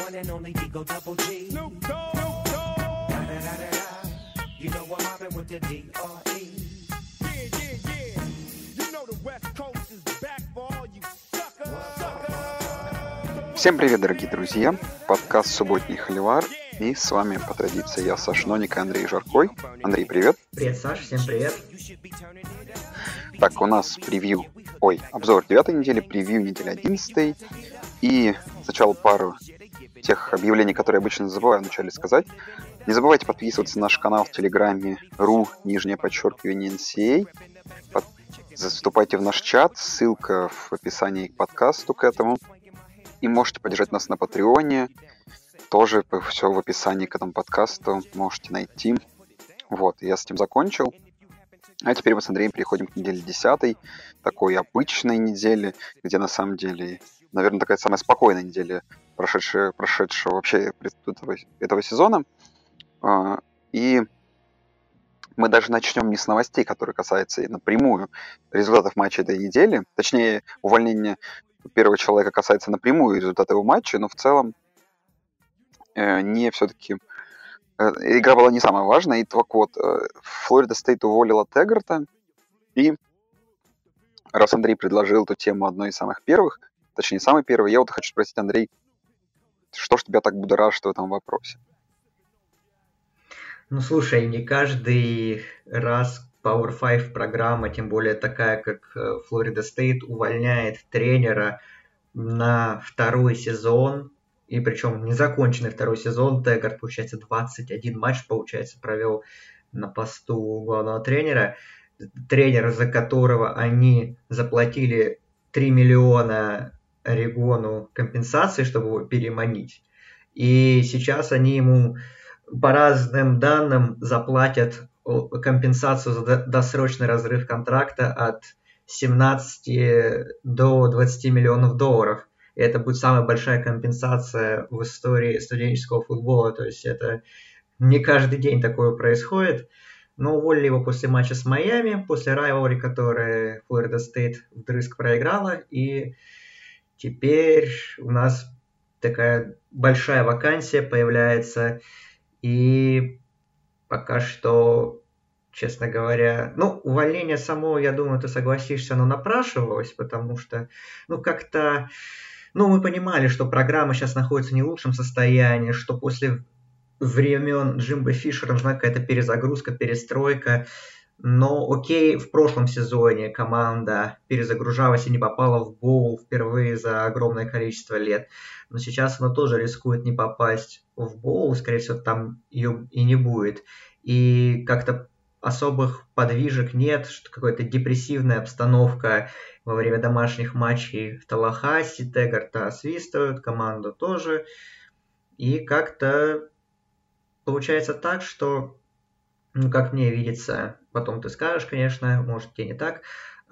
one and only Digo Double G. Snoop Dogg. Da-da-da-da-da. You know I'm mobbing with the D.R.E. You know the West Coast is back for all you suckers. Всем привет, дорогие друзья! Подкаст «Субботний холивар». И с вами, по традиции, я, Саш Ноник и Андрей Жаркой. Андрей, привет! Привет, Саш, всем привет! Так, у нас обзор 9 недели, превью недели 11. И сначала пару тех объявлений, которые я обычно забываю вначале сказать. Не забывайте подписываться на наш канал в Телеграме ru_NCA. Вступайте в наш чат, ссылка в описании к подкасту к этому. И можете поддержать нас на Патреоне. Тоже все в описании к этому подкасту можете найти. Вот, я с этим закончил. А теперь мы с Андреем переходим к неделе 10, такой обычной неделе, где на самом деле, наверное, такая самая спокойная неделя, прошедшего вообще этого сезона. И мы даже начнем не с новостей, которые касаются напрямую результатов матча этой недели. Точнее, увольнение первого человека касается напрямую результата его матча, но в целом игра была не самая важная. И так вот, Флорида Стейт уволила Теггарта. И раз Андрей предложил эту тему одной из самых первых, точнее, самой первой, я хочу спросить, Андрей, что ж тебя так будоражит в этом вопросе? Ну, слушай, не каждый раз Power 5 программа, тем более такая, как Флорида Стейт, увольняет тренера на второй сезон, и причем незаконченный второй сезон. Теггарт, получается, 21 матч, провел на посту главного тренера. Тренер, за которого они заплатили 3 миллиона Орегону компенсации, чтобы его переманить. И сейчас они ему, по разным данным, заплатят компенсацию за досрочный разрыв контракта от 17 до 20 миллионов долларов. И это будет самая большая компенсация в истории студенческого футбола. То есть это не каждый день такое происходит. Но уволили его после матча с Майами, после райвалри, который Флорида Стейт вдрызг проиграла. И теперь у нас такая большая вакансия появляется. И пока что, честно говоря, увольнение само, я думаю, ты согласишься, оно напрашивалось, потому что, мы понимали, что программа сейчас находится в не лучшем состоянии, что после времен Джимбо Фишера нужна какая-то перезагрузка, перестройка. Но окей, в прошлом сезоне команда перезагружалась и не попала в боул впервые за огромное количество лет. Но сейчас она тоже рискует не попасть в боул, скорее всего, там ее и не будет. И как-то особых подвижек нет, что какая-то депрессивная обстановка во время домашних матчей в Таллахассе. Теггарта освистывают, команду тоже. И как-то получается так, что, как мне видится, потом ты скажешь, конечно, может, тебе не так,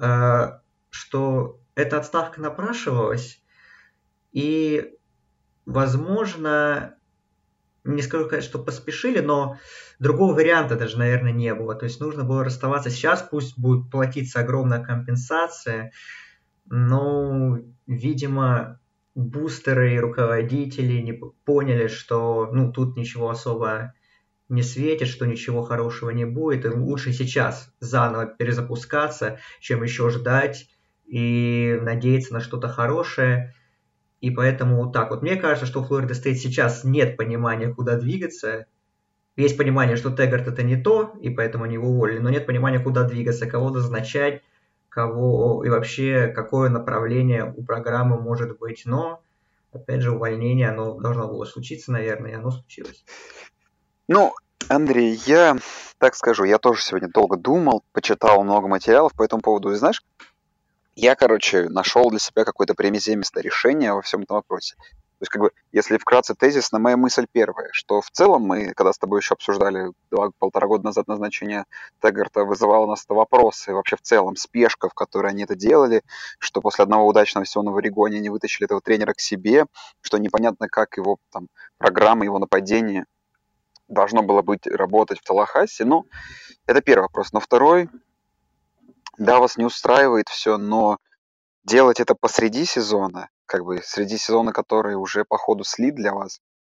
что эта отставка напрашивалась, и, возможно, не скажу, конечно, что поспешили, но другого варианта даже, наверное, не было. То есть нужно было расставаться сейчас, пусть будет платиться огромная компенсация, но, видимо, бустеры и руководители не поняли, что тут ничего особо не светит, что ничего хорошего не будет, и лучше сейчас заново перезапускаться, чем еще ждать и надеяться на что-то хорошее. И поэтому вот так вот. Мне кажется, что у Флорида Стейт сейчас нет понимания, куда двигаться. Есть понимание, что Теггарт это не то, и поэтому они его уволили, но нет понимания, куда двигаться, кого назначать, кого и вообще какое направление у программы может быть. Но, опять же, увольнение, оно должно было случиться, наверное, и оно случилось. Андрей, я так скажу, я тоже сегодня долго думал, почитал много материалов по этому поводу. И знаешь, я, нашел для себя какое-то приземистое решение во всем этом вопросе. То есть, если вкратце тезисно, моя мысль первая, что в целом мы, когда с тобой еще обсуждали 1,5 года назад назначение Теггарта, вызывало у нас это вопросы, вообще в целом спешка, в которой они это делали, что после одного удачного сезона в Орегоне они вытащили этого тренера к себе, что непонятно, как его программа, его нападение должно было работать в Таллахассе. Это первый вопрос. Но второй, да, вас не устраивает все, но делать это посреди сезона, среди сезона, который уже по ходу слит для вас,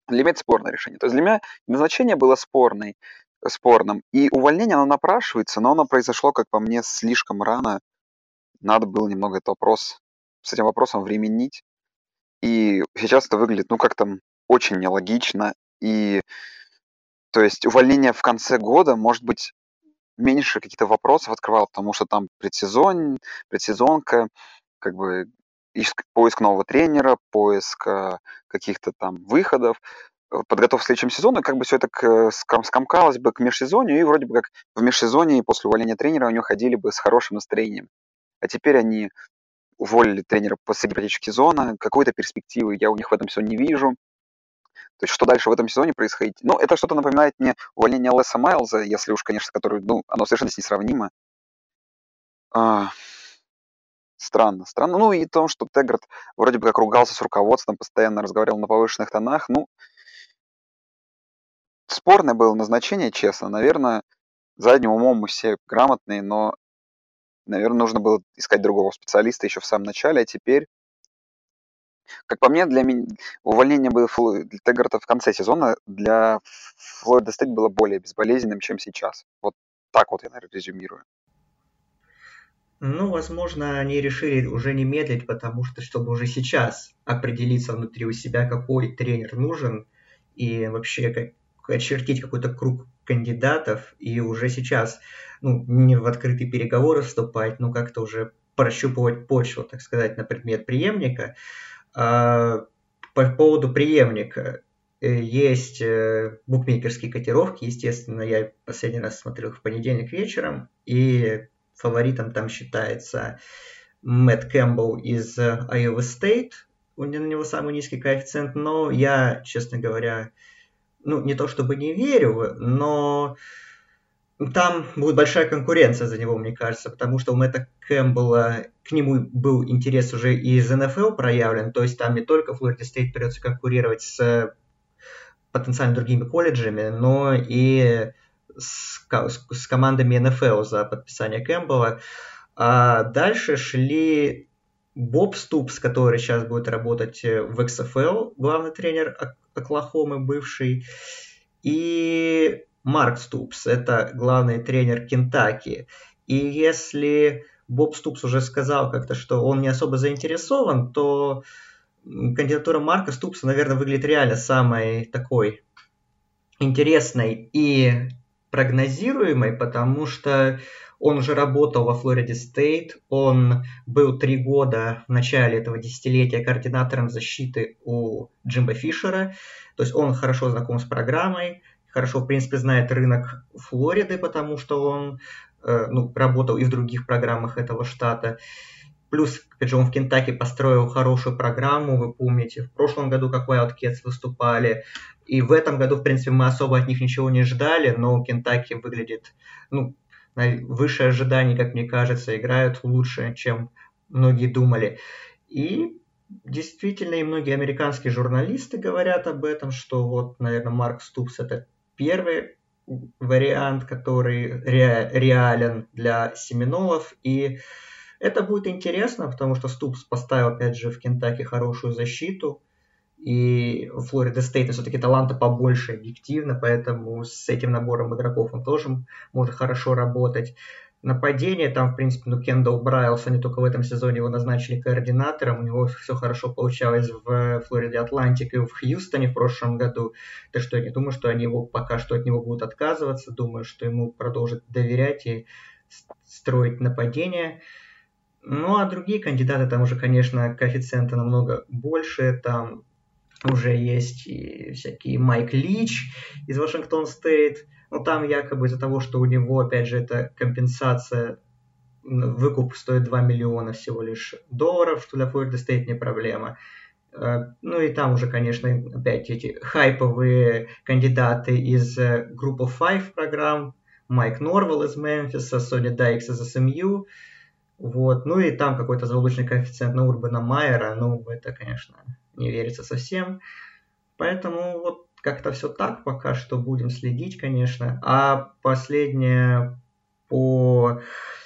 Для меня это спорное решение. То есть для меня назначение было спорным, и увольнение, оно напрашивается, но оно произошло, как по мне, слишком рано. Надо было немного с этим вопросом временить. И сейчас это выглядит, как-то очень нелогично. И, то есть, увольнение в конце года, может быть, меньше каких-то вопросов открывало, потому что там предсезонка, как бы поиск нового тренера, поиск каких-то там выходов, подготовка к следующему сезону, и как бы все это скомкалось бы к межсезонью, и вроде бы как в межсезонье после увольнения тренера они уходили бы с хорошим настроением. А теперь они уволили тренера посреди практически сезона, какой-то перспективы я у них в этом сезоне не вижу. То есть, что дальше в этом сезоне происходит? Это что-то напоминает мне увольнение Леса Майлза, если уж, конечно, который, оно совершенно несравнимо. Странно. И то, что Теггарт вроде бы как ругался с руководством, постоянно разговаривал на повышенных тонах. Спорное было назначение, честно. Наверное, задним умом мы все грамотные, но, наверное, нужно было искать другого специалиста еще в самом начале, а теперь, как по мне, для меня увольнение было для Теггарта в конце сезона для Флорида Стейт было более безболезненным, чем сейчас. Вот так вот я, наверное, резюмирую. Возможно, они решили уже не медлить, потому что, чтобы уже сейчас определиться внутри у себя, какой тренер нужен, и вообще очертить какой-то круг кандидатов, и уже сейчас, не в открытые переговоры вступать, но как-то уже прощупывать почву, так сказать, на предмет преемника. По поводу преемника. Есть букмекерские котировки, естественно, я последний раз смотрел их в понедельник вечером, и фаворитом там считается Мэтт Кэмпбелл из Iowa State. У него самый низкий коэффициент, но я, честно говоря, не то чтобы не верю, но там будет большая конкуренция за него, мне кажется, потому что у Мэтта Кэмпбелла, к нему был интерес уже из НФЛ проявлен, то есть там не только Флорида Стейт придется конкурировать с потенциально другими колледжами, но и с командами НФЛ за подписание Кэмпбелла. А дальше шли Боб Ступс, который сейчас будет работать в XFL, главный тренер Оклахомы бывший, и Марк Ступс, это главный тренер Кентаки. И если Боб Ступс уже сказал как-то, что он не особо заинтересован, то кандидатура Марка Ступса, наверное, выглядит реально самой такой интересной и прогнозируемой, потому что он уже работал во Флориде Стейт, он был 3 года в начале этого десятилетия координатором защиты у Джимба Фишера, то есть он хорошо знаком с программой, хорошо, в принципе, знает рынок Флориды, потому что он работал и в других программах этого штата. Плюс, опять же, он в Кентаки построил хорошую программу, вы помните, в прошлом году как Wildcats выступали, и в этом году, в принципе, мы особо от них ничего не ждали, но Кентаки выглядит, выше ожиданий, как мне кажется, играют лучше, чем многие думали. И действительно, и многие американские журналисты говорят об этом, что наверное, Марк Ступс – это первый вариант, который реален для Семинолов, и это будет интересно, потому что Ступс поставил, опять же, в Кентаки хорошую защиту, и у Флорида Стейта все-таки таланта побольше объективно, поэтому с этим набором игроков он тоже может хорошо работать. Нападение там, в принципе, Кендалл Брайлс, они только в этом сезоне его назначили координатором, у него все хорошо получалось в Флориде Атлантик и в Хьюстоне в прошлом году, так что я не думаю, что они пока что от него будут отказываться, думаю, что ему продолжат доверять и строить нападение. А другие кандидаты, там уже, конечно, коэффициенты намного больше, там уже есть и всякие Майк Лич из Вашингтон Стейт, но там якобы из-за того, что у него, опять же, это компенсация, выкуп стоит 2 миллиона всего лишь долларов, что для Флорида Стейт не проблема. И там уже, конечно, опять эти хайповые кандидаты из Group of Five программ, Майк Норвелл из Мемфиса, Сони Дайкс из СМЮ, и там какой-то заоблачный коэффициент на Урбана Майера, это, конечно, не верится совсем. Поэтому как-то все так, пока что будем следить, конечно. А последнее по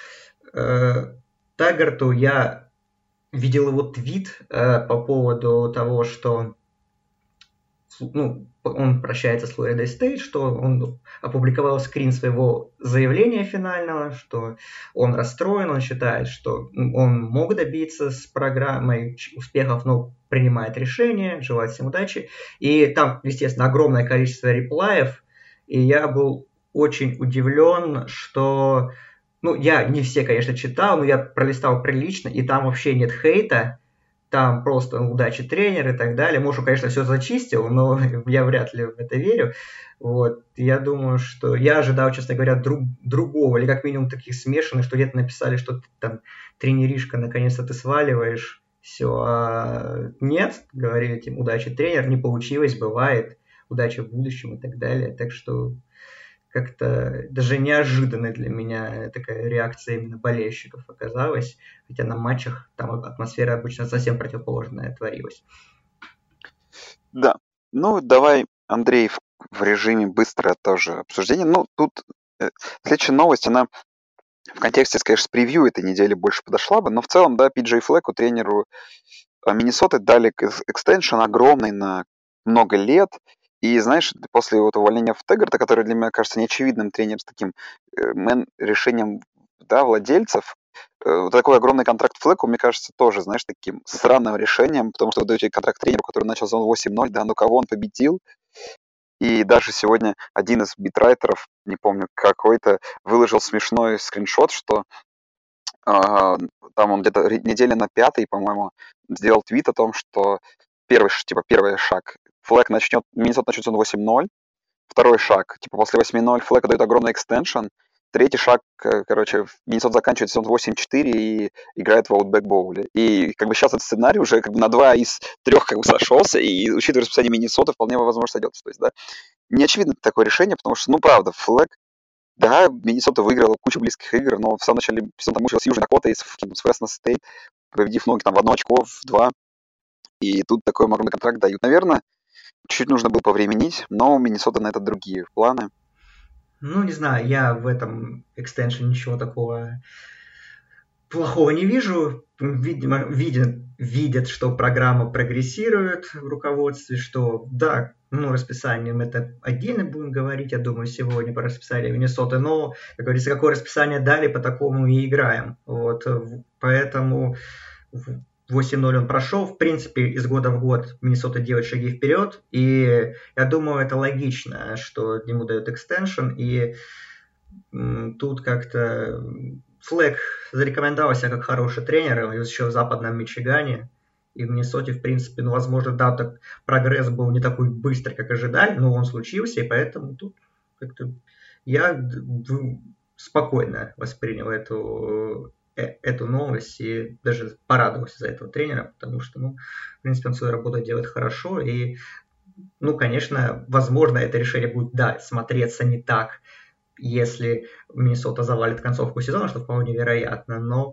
Таггарту, я видел его твит по поводу того, что он прощается с Флорида Стейт, что он опубликовал скрин своего заявления финального, что он расстроен, он считает, что он мог добиться с программой успехов, но принимает решение, желает всем удачи. И там, естественно, огромное количество реплаев, и я был очень удивлен, что... я не все, конечно, читал, но я пролистал прилично, и там вообще нет хейта, там просто удачи тренера и так далее. Может, он, конечно, все зачистил, но я вряд ли в это верю. Вот. Я думаю, что я ожидал, честно говоря, другого, или как минимум таких смешанных, что где-то написали, что ты там тренеришка, наконец-то ты сваливаешь. Все. А нет, говорили этим, удачи тренер, не получилось, бывает, удачи в будущем и так далее. Так что как-то даже неожиданной для меня такая реакция именно болельщиков оказалась, хотя на матчах там атмосфера обычно совсем противоположная творилась. Да, давай, Андрей, в режиме быстрое тоже обсуждение. Тут следующая новость, она в контексте, конечно, с превью этой недели больше подошла бы, но в целом, да, Пи Джей Флеку, тренеру Миннесоты, дали экстеншн огромный на много лет. И, знаешь, после увольнения Теггарта, который для меня кажется неочевидным тренером с таким решением, да, владельцев, такой огромный контракт Флеку, мне кажется, тоже, знаешь, таким странным решением, потому что вы даете контракт тренеру, который начал сезон 8-0, да, кого он победил. И даже сегодня один из битрайтеров, не помню, какой-то, выложил смешной скриншот, что там он где-то недели на 5-й, по-моему, сделал твит о том, что первый шаг, Миннесота начнет сезон 8-0, второй шаг, после 8-0 Флек дает огромный экстеншн, третий шаг, Миннесота заканчивает сезон 8-4 и играет в Outback Bowl. И сейчас этот сценарий уже на 2 из 3 сошелся, и учитывая расписание Миннесоты, вполне возможно сойдется. То есть, да, не очевидно такое решение, потому что, правда, Флек, да, Миннесота выиграла кучу близких игр, но в самом начале сезона там мучилась с Южной Дакотой, с Фресно Стейт, победив многие там в 1 очко, в 2. И тут такой огромный контракт дают. Наверное, чуть нужно было повременить, но у Миннесоты на это другие планы. Не знаю, я в этом экстеншене ничего такого плохого не вижу. Видимо, видят, что программа прогрессирует в руководстве, что, да, расписанием это отдельно будем говорить, я думаю, сегодня по расписанию Миннесоты, но, как говорится, какое расписание дали, по такому и играем. Вот, поэтому 8-0 он прошел. В принципе, из года в год Миннесота делает шаги вперед. И я думаю, это логично, что ему дают экстеншн. И тут как-то Флек зарекомендовал себя как хороший тренер. Еще в западном Мичигане. И в Миннесоте, в принципе, возможно, да, так прогресс был не такой быстрый, как ожидали, но он случился. И поэтому тут как-то я спокойно воспринял эту новость и даже порадовался за этого тренера, потому что, в принципе, он свою работу делает хорошо, и, конечно, возможно, это решение будет, да, смотреться не так, если Миннесота завалит концовку сезона, что вполне вероятно, но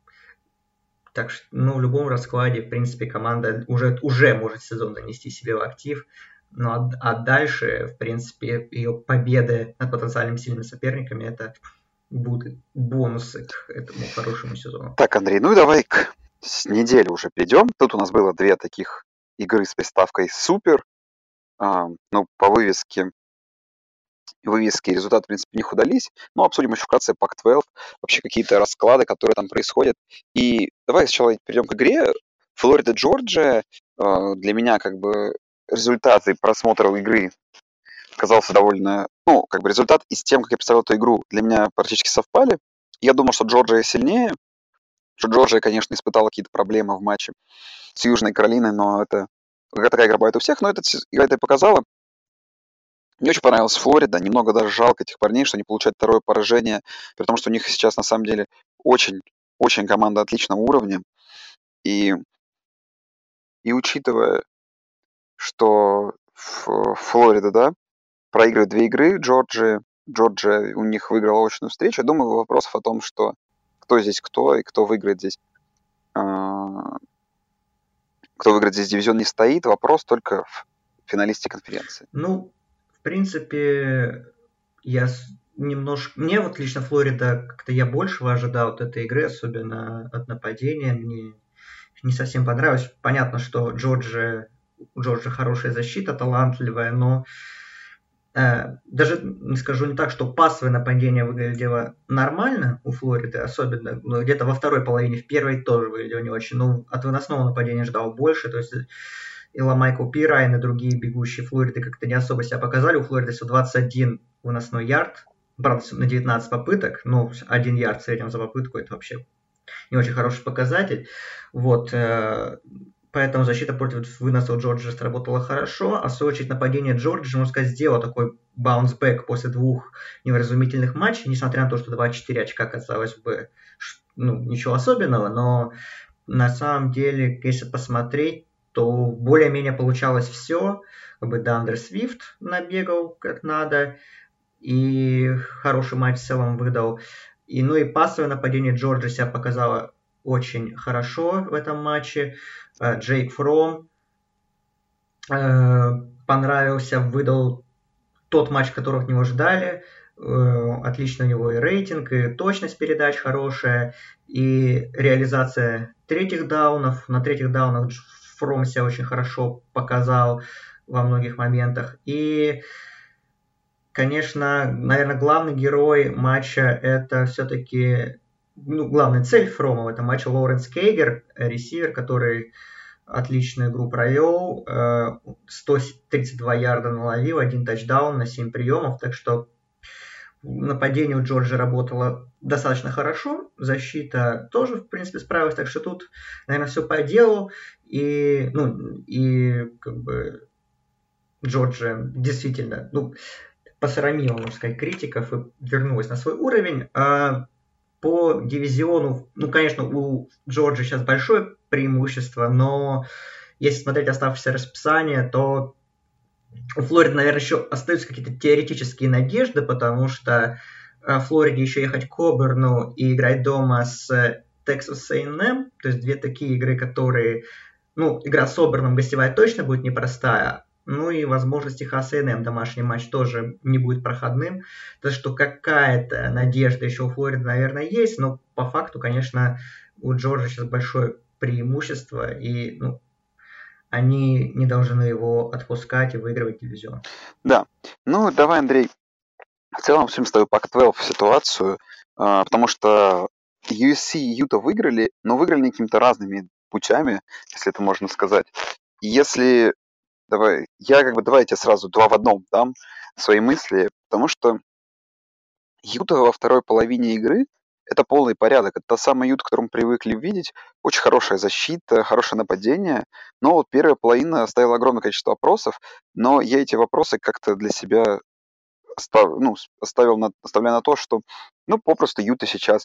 так что, в любом раскладе, в принципе, команда уже может сезон занести себе в актив, а дальше, в принципе, ее победы над потенциальными сильными соперниками, это будут бонусы к этому хорошему сезону. Так, Андрей, давай к неделе уже перейдем. Тут у нас было 2 таких игры с приставкой «Супер». По вывеске результаты, в принципе, у них удались. Но обсудим еще вкратце Pac-12, вообще какие-то расклады, которые там происходят. И давай сначала перейдем к игре. Флорида-Джорджия. Для меня результаты просмотра игры оказался довольно... результат и с тем, как я представлял эту игру, для меня практически совпали. Я думал, что Джорджия сильнее, что Джорджия, конечно, испытала какие-то проблемы в матче с Южной Каролиной, но такая игра бывает у всех, но эта игра это и показала. Мне очень понравилась Флорида, немного даже жалко этих парней, что они получают второе поражение, при том, что у них сейчас на самом деле очень, очень команда отличного уровня. И учитывая, что Флорида, да, проигрывает 2 игры, Джорджия у них выиграла очную встречу. Я думаю, вопросов о том, что кто здесь кто и кто выиграет здесь дивизион не стоит. Вопрос только в финалисте конференции. В принципе, мне вот лично Флорида, как-то я большего ожидал от этой игры, особенно от нападения. Мне не совсем понравилось. Понятно, что Джорджия у Джорджа хорошая защита, талантливая, но даже не скажу не так, что пасовое нападение выглядело нормально у Флориды, особенно где-то во второй половине, в первой тоже выглядело не очень, но от выносного нападения ждал больше, то есть и Ламайкл Пирайн и другие бегущие Флориды как-то не особо себя показали. У Флориды всего 21 выносной ярд, правда, на 19 попыток, но 1 ярд в среднем за попытку, это вообще не очень хороший показатель. Вот, поэтому защита против выносов Джорджа сработала хорошо, а в свою очередь нападение Джорджа, можно сказать, сделало такой баунс-бэк после 2 невразумительных матчей, несмотря на то, что 24 очка, казалось бы, ничего особенного, но на самом деле, если посмотреть, то более-менее получалось все. Как бы Дандер Свифт набегал как надо, и хороший матч в целом выдал. И пасовое нападение Джорджа себя показало очень хорошо в этом матче. Джейк Фром понравился, выдал тот матч, которого от него ждали. Отлично у него и рейтинг, и точность передач хорошая, и реализация третьих даунов. На третьих даунах Фром себя очень хорошо показал во многих моментах. И, конечно, наверное, главный герой матча это все-таки, главная цель Фрома в этом матче Лоуренс Кейгер, ресивер, который отличную игру провел, 132 ярда наловил, 1 тачдаун на 7 приемов, так что нападение у Джорджа работало достаточно хорошо, защита тоже, в принципе, справилась, так что тут, наверное, все по делу, и как бы Джорджия действительно, посрамила, можно сказать, критиков и вернулась на свой уровень. По дивизиону, конечно, у Джорджии сейчас большое преимущество, но если смотреть оставшееся расписание, то у Флориды, наверное, еще остаются какие-то теоретические надежды, потому что Флориде еще ехать к Коберну и играть дома с Texas A&M, то есть 2 такие игры, которые, игра с Оберном гостевая точно будет непростая, и, возможно, Техас A&M домашний матч тоже не будет проходным. Так что какая-то надежда еще у Флориды, наверное, есть, но по факту, конечно, у Джорджа сейчас большое преимущество, и они не должны его отпускать и выигрывать дивизион. Да. Давай, Андрей, в целом всем с тобой Pac-12 ситуацию, потому что USC и Юта выиграли, но выиграли какими-то разными путями, если это можно сказать. Если давай я тебе сразу 2 в 1 дам свои мысли, потому что Юта во второй половине игры это полный порядок. Это та самая Юта, которую мы привыкли видеть. Очень хорошая защита, хорошее нападение. Но вот первая половина оставила огромное количество вопросов, но я эти вопросы как-то для себя оставляя на то, что попросту Юта сейчас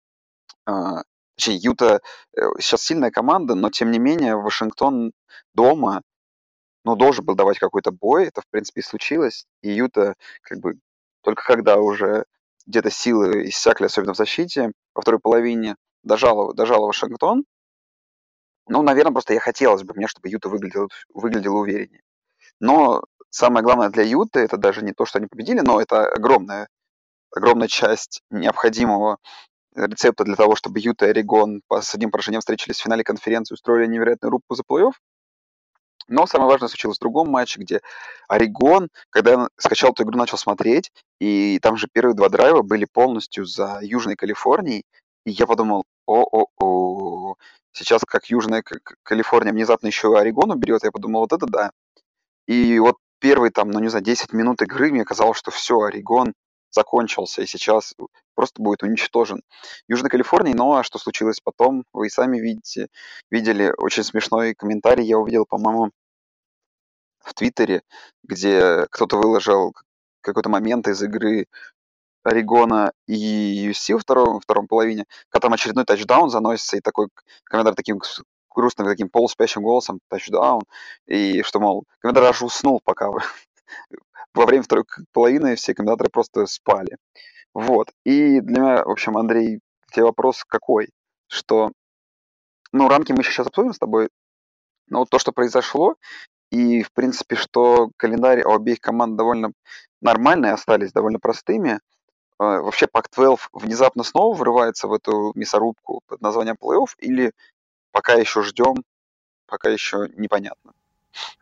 Юта сейчас сильная команда, но тем не менее Вашингтон дома должен был давать какой-то бой, это в принципе и случилось, и Юта как бы только когда уже где-то силы иссякли, особенно в защите, во второй половине дожала Вашингтон. Наверное, просто хотелось бы мне, чтобы Юта выглядела увереннее. Но самое главное для Юты это даже не то, что они победили, но это огромная часть необходимого рецепта для того, чтобы Юта и Орегон с одним поражением встретились в финале конференции, устроили невероятную рубку за плей-офф. Но самое важное случилось в другом матче, где Орегон, когда я скачал эту игру, начал смотреть, и там же первые 2 драйва были полностью за Южной Калифорнией, и я подумал, сейчас как Южная Калифорния внезапно еще Орегон уберет, я подумал, вот это да. И вот первые 10 минут игры мне казалось, что все, Орегон закончился, и сейчас просто будет уничтожен Южной Калифорнией. Но что случилось потом, вы и сами видели очень смешной комментарий, я увидел, по-моему, в Твиттере, где кто-то выложил какой-то момент из игры Орегона и USC во втором половине, когда там очередной тачдаун заносится, и такой комментарий таким грустным, таким полуспящим голосом, тачдаун, и что, мол, комментатор аж уснул, пока во время второй половины все комментаторы просто спали. Вот. И для меня, в общем, Андрей, тебе вопрос какой? Что, рамки мы сейчас обсудим с тобой, но вот то, что произошло, и, в принципе, что календарь у обеих команд довольно нормальные, остались довольно простыми. Вообще Pac-12 внезапно снова врывается в эту мясорубку под названием плей-офф, или пока еще ждем, пока еще непонятно?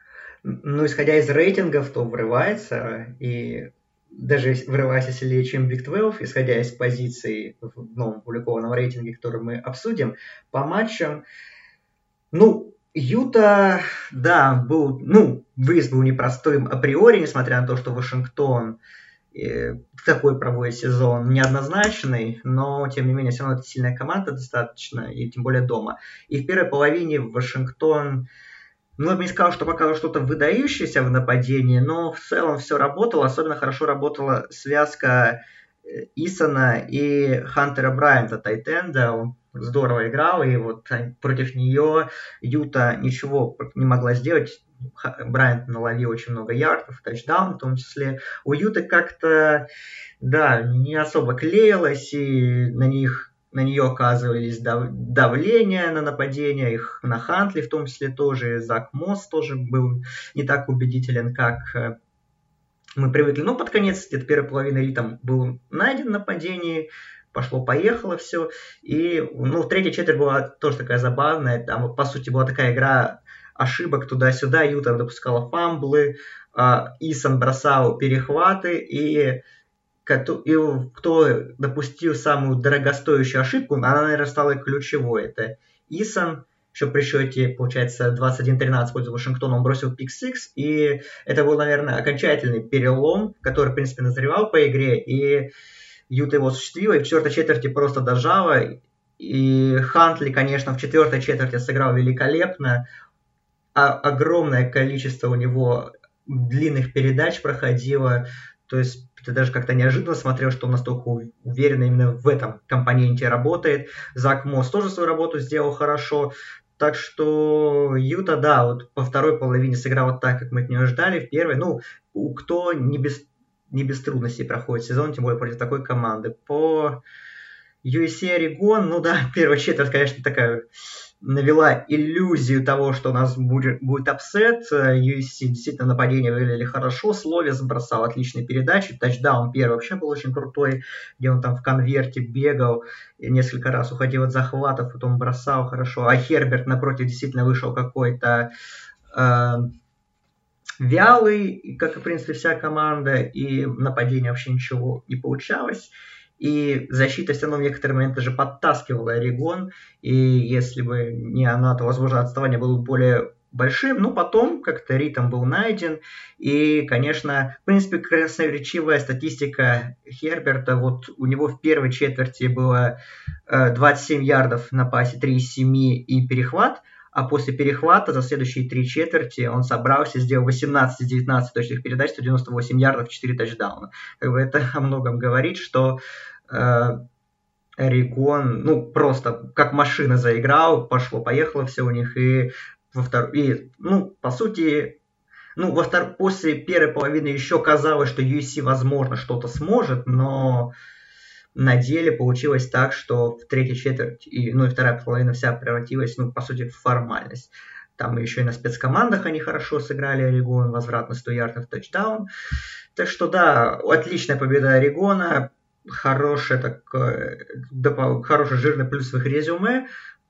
Ну, исходя из рейтингов, то врывается, и даже врывается сильнее, чем Big 12, исходя из позиций в новом опубликованном рейтинге, который мы обсудим. По матчам, ну, Юта, да, выезд был непростым априори, несмотря на то, что Вашингтон такой проводит сезон неоднозначный, но, тем не менее, все равно это сильная команда достаточно, и тем более дома. И в первой половине Вашингтон, ну, я бы не сказал, что показывал что-то выдающееся в нападении, но в целом все работало. Особенно хорошо работала связка Исона и Хантера Брайанта, тайтенда. Он здорово играл, и вот против нее Юта ничего не могла сделать. Брайант наловил очень много ярдов, тачдаун в том числе. У Юты как-то, да, не особо клеилось, и на нее оказывались давление на нападение, их на Хантли в том числе тоже. Зак Мосс тоже был не так убедителен, как мы привыкли. Но под конец, где-то первой половины ритм был найден в нападении, пошло-поехало все. И, ну, третья четверть была тоже такая забавная. Там, по сути, была такая игра ошибок туда-сюда. Юта допускала фамблы, Исон бросал перехваты, и кто допустил самую дорогостоящую ошибку, она, наверное, стала ключевой. Это Исон, еще при счете, получается, 21-13 в пользу Вашингтона, он бросил пик-сикс, и это был, наверное, окончательный перелом, который, в принципе, назревал по игре, и Юта его осуществила, и в четвертой четверти просто дожала, и Хантли, конечно, в четвертой четверти сыграл великолепно, огромное количество у него длинных передач проходило, то есть ты даже как-то неожиданно смотрел, что он настолько уверенно именно в этом компоненте работает. Зак Мосс тоже свою работу сделал хорошо. Так что Юта, да, вот по второй половине сыграла так, как мы от нее ждали. В первой, ну, кто не без трудностей проходит сезон, тем более против такой команды. По USC Орегон, ну да, первая четверть, конечно, такая навела иллюзию того, что у нас будет апсет. USC действительно нападение выглядели хорошо. Словес бросал отличные передачи. Тачдаун первый вообще был очень крутой, где он там в конверте бегал и несколько раз уходил от захватов, потом бросал хорошо. А Херберт, напротив, действительно вышел какой-то вялый, как и, в принципе, вся команда, и нападение вообще ничего не получалось. И защита все равно в некоторые моменты даже подтаскивала Орегон, и если бы не она, то, возможно, отставание было бы более большим. Но потом как-то ритм был найден, и, конечно, в принципе, красноречивая статистика Херберта. Вот у него в первой четверти было 27 ярдов на пасе, 3 из 7 и перехват, а после перехвата за следующие 3 четверти он собрался, сделал 18 из 19 точных передач, 198 ярдов, 4 тачдауна. Как бы это о многом говорит, что Орегон, ну, просто как машина заиграл, пошло-поехало все у них, и по сути, после первой половины еще казалось, что USC, возможно, что-то сможет, но на деле получилось так, что в третьей четверти и вторая половина вся превратилась, по сути, в формальность. Там еще и на спецкомандах они хорошо сыграли, Орегон, возврат на 100 ярдов, тачдаун. Так что, да, отличная победа Орегона, хороший жирный плюс в их резюме.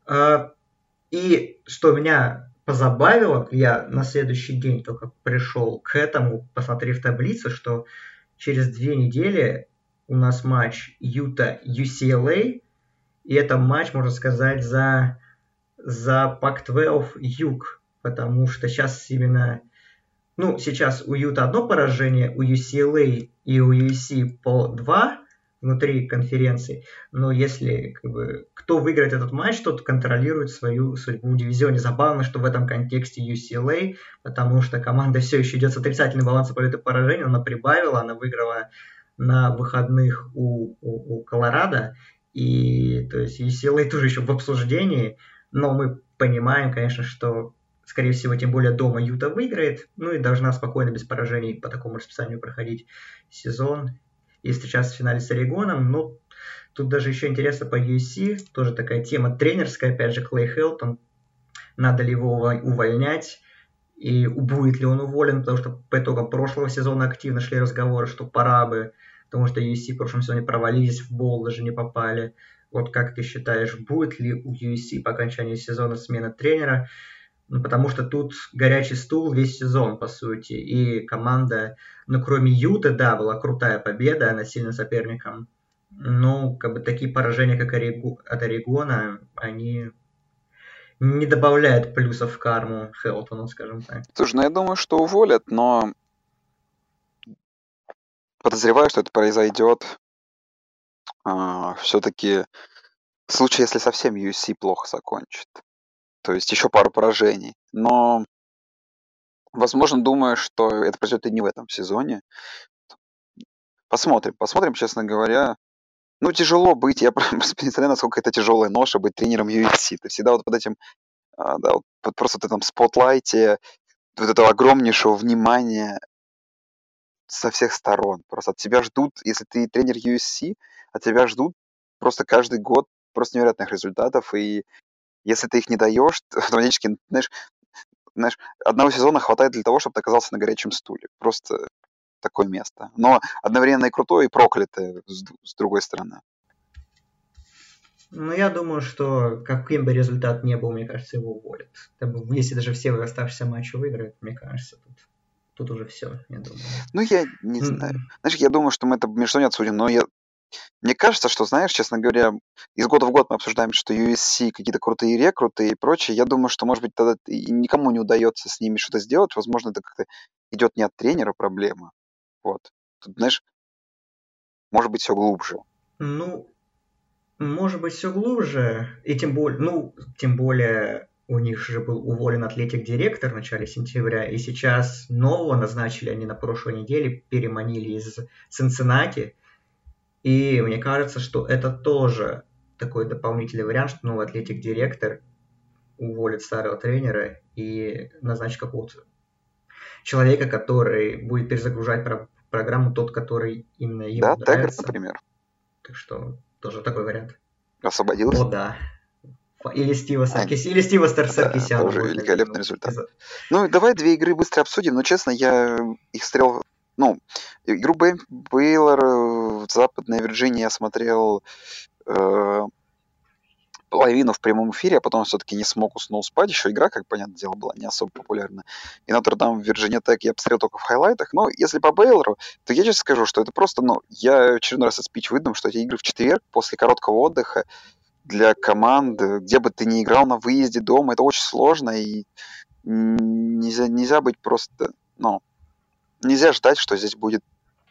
И что меня позабавило, я на следующий день только пришел к этому, посмотрев таблицу, что через 2 недели у нас матч Юта-UCLA, и это матч, можно сказать, за Pac-12 Юг, потому что сейчас именно, сейчас у Юта одно поражение, у UCLA и у USC по 2 внутри конференции, но если кто выиграет этот матч, тот контролирует свою судьбу в дивизионе. Забавно, что в этом контексте UCLA, потому что команда все еще идет с отрицательным балансом побед и поражений, она прибавила, она выиграла на выходных у Колорадо, и то есть UCLA тоже еще в обсуждении, но мы понимаем, конечно, что, скорее всего, тем более дома Юта выиграет, и должна спокойно, без поражений по такому расписанию проходить сезон и встречаться в финале с Орегоном. Тут даже еще интересно по USC, тоже такая тема тренерская, опять же, Клей Хелтон, надо ли его увольнять, и будет ли он уволен, потому что по итогам прошлого сезона активно шли разговоры, что пора бы, потому что USC в прошлом сезоне провалились, в боул даже не попали. Вот как ты считаешь, будет ли у USC по окончании сезона смена тренера? Ну, потому что тут горячий стул весь сезон, по сути. И команда, ну, кроме Юты, да, была крутая победа над сильным соперником. Ну, как бы такие поражения, как от Орегона, они не добавляют плюсов в карму Хелтону, скажем так. Слушай, я думаю, что уволят, но подозреваю, что это произойдет все-таки в случае, если совсем UFC плохо закончит. То есть еще пару поражений. Но, возможно, думаю, что это произойдет и не в этом сезоне. Посмотрим, честно говоря. Ну, тяжело быть, я просто не представляю, насколько это тяжелая ноша быть тренером UFC. Ты всегда вот под этим, да, вот просто в этом спотлайте, вот этого огромнейшего внимания со всех сторон. Просто от тебя ждут, если ты тренер UFC, от тебя ждут просто каждый год просто невероятных результатов, и если ты их не даешь, то автоматически, знаешь, одного сезона хватает для того, чтобы ты оказался на горячем стуле. Просто такое место. Но одновременно и крутое, и проклятое с другой стороны. Ну, я думаю, что каким бы результат ни был, мне кажется, его уволят. Если даже все оставшиеся матчи выиграют, мне кажется, тут уже все, я думаю. Ну, я не знаю. Знаешь, я думаю, что мы это между не обсудим, но мне кажется, что, знаешь, честно говоря, из года в год мы обсуждаем, что USC какие-то крутые рекруты и прочее. Я думаю, что, может быть, тогда и никому не удается с ними что-то сделать. Возможно, это как-то идет не от тренера проблема. Вот. Тут, знаешь, может быть, все глубже. Ну, может быть, все глубже. И тем более у них же был уволен атлетик-директор в начале сентября, и сейчас нового назначили они на прошлой неделе, переманили из Цинциннати. И мне кажется, что это тоже такой дополнительный вариант, что новый атлетик-директор уволит старого тренера и назначит какого-то человека, который будет перезагружать программу, тот, который именно ему нравится. Да, Теггарт, например. Так что тоже такой вариант. Освободился? О, да. Или Стива Саркисяна. Тоже великолепный результат. Ну, давай 2 игры быстро обсудим, но, честно, я их смотрел... Ну, игру Бейлор в Западной Вирджинии я смотрел половину в прямом эфире, а потом все-таки не смог, уснул спать. Еще игра, как понятное дело, была не особо популярна. И Нотр-Дам в Вирджиния Тек я посмотрел только в хайлайтах. Но если по Бейлору, то я честно скажу, что это просто, я очередной раз этот спич выдам, что эти игры в четверг после короткого отдыха для команд, где бы ты ни играл на выезде дома, это очень сложно, и нельзя быть просто, нельзя ждать, что здесь будет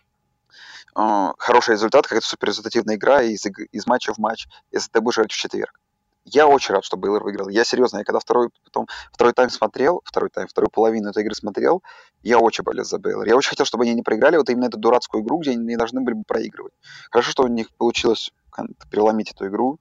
хороший результат, какая-то суперрезультативная игра из матча в матч, если ты будешь играть в четверг. Я очень рад, что Бейлор выиграл. Я серьезно, я когда второй тайм смотрел, вторую половину этой игры смотрел, я очень болел за Бейлор. Я очень хотел, чтобы они не проиграли вот именно эту дурацкую игру, где они не должны были бы проигрывать. Хорошо, что у них получилось переломить эту игру.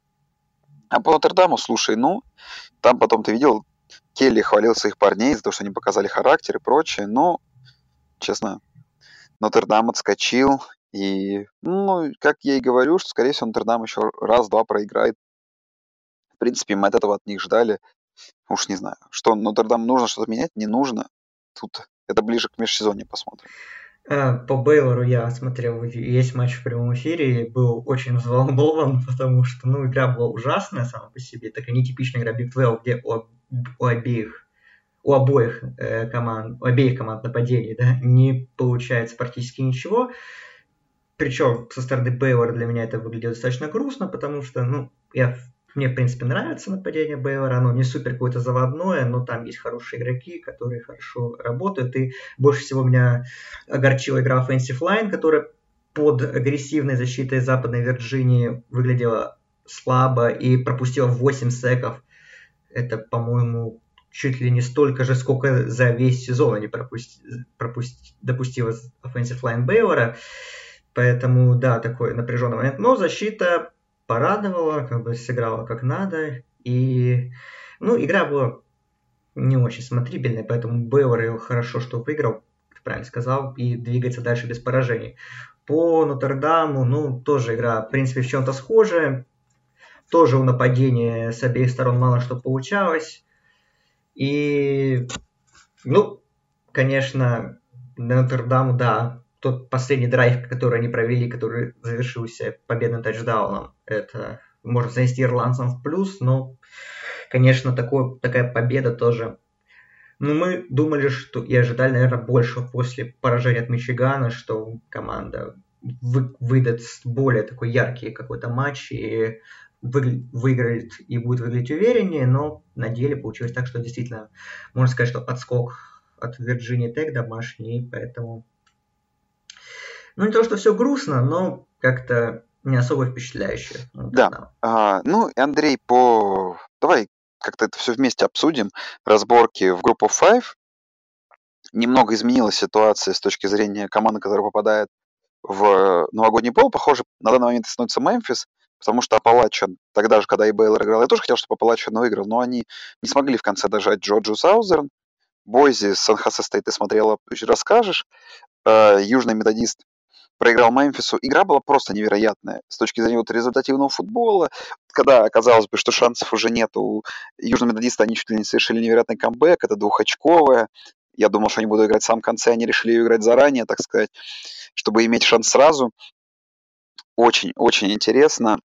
А по Нотр-Даму, слушай, там потом ты видел, Келли хвалил своих парней за то, что они показали характер и прочее, но, честно, Нотр-Дам отскочил, и, как я и говорю, что, скорее всего, Нотр-Дам еще раз-два проиграет. В принципе, мы от этого от них ждали. Уж не знаю, что Нотр-Дам нужно что-то менять, не нужно. Тут это ближе к межсезонью посмотрим. По Бейлору я смотрел весь матч в прямом эфире и был очень взволнован, потому что, игра была ужасная сама по себе. Такая нетипичная игра Big 12, где у обеих команд нападений, да, не получается практически ничего. Причем со стороны Бейлора для меня это выглядит достаточно грустно, потому что, мне, в принципе, нравится нападение Бейлора, оно не супер какое-то заводное, но там есть хорошие игроки, которые хорошо работают, и больше всего меня огорчила игра Offensive Line, которая под агрессивной защитой Западной Вирджинии выглядела слабо и пропустила 8 секов. Это, по-моему, чуть ли не столько же, сколько за весь сезон они допустила Offensive Line Бейлора. Поэтому, да, такой напряженный момент. Но защита порадовала, сыграла как надо. И, игра была не очень смотрибельная, поэтому Бейлор хорошо, что выиграл, ты правильно сказал, и двигается дальше без поражений. По Нотр-Даму, тоже игра, в принципе, в чем-то схожая. Тоже у нападения с обеих сторон мало что получалось. И, конечно, Нотр-Даму, да, тот последний драйв, который они провели, который завершился победным тачдауном, это можно занести ирландцам в плюс, но, конечно, такая победа тоже. Ну, мы думали, что и ожидали, наверное, больше после поражения от Мичигана, что команда выдаст более такой яркий какой-то матч и выиграет и будет выглядеть увереннее, но на деле получилось так, что действительно, можно сказать, что отскок от Вирджинии Тек домашний, поэтому... Ну, не то, что все грустно, но как-то не особо впечатляюще. Вот Да. это. Ну, и Андрей, давай как-то это все вместе обсудим. Разборки в группу 5. Немного изменилась ситуация с точки зрения команды, которая попадает в новогодний бол. Похоже, на данный момент становится Мемфис, потому что Апалачен, тогда же, когда и Бейлор играл, я тоже хотел, чтобы Апалачен выиграл, но они не смогли в конце дожать Джорджу Саузерн. Бойзи с Сан-Хосе Стейт ты смотрела, расскажешь. Южный Методист проиграл Мемфису. Игра была просто невероятная с точки зрения вот результативного футбола, когда казалось бы, что шансов уже нет у Южного Методиста, они чуть ли не совершили невероятный камбэк, это двухочковая. Я думал, что они будут играть в самом конце, они решили ее играть заранее, так сказать, чтобы иметь шанс сразу. Очень-очень интересно.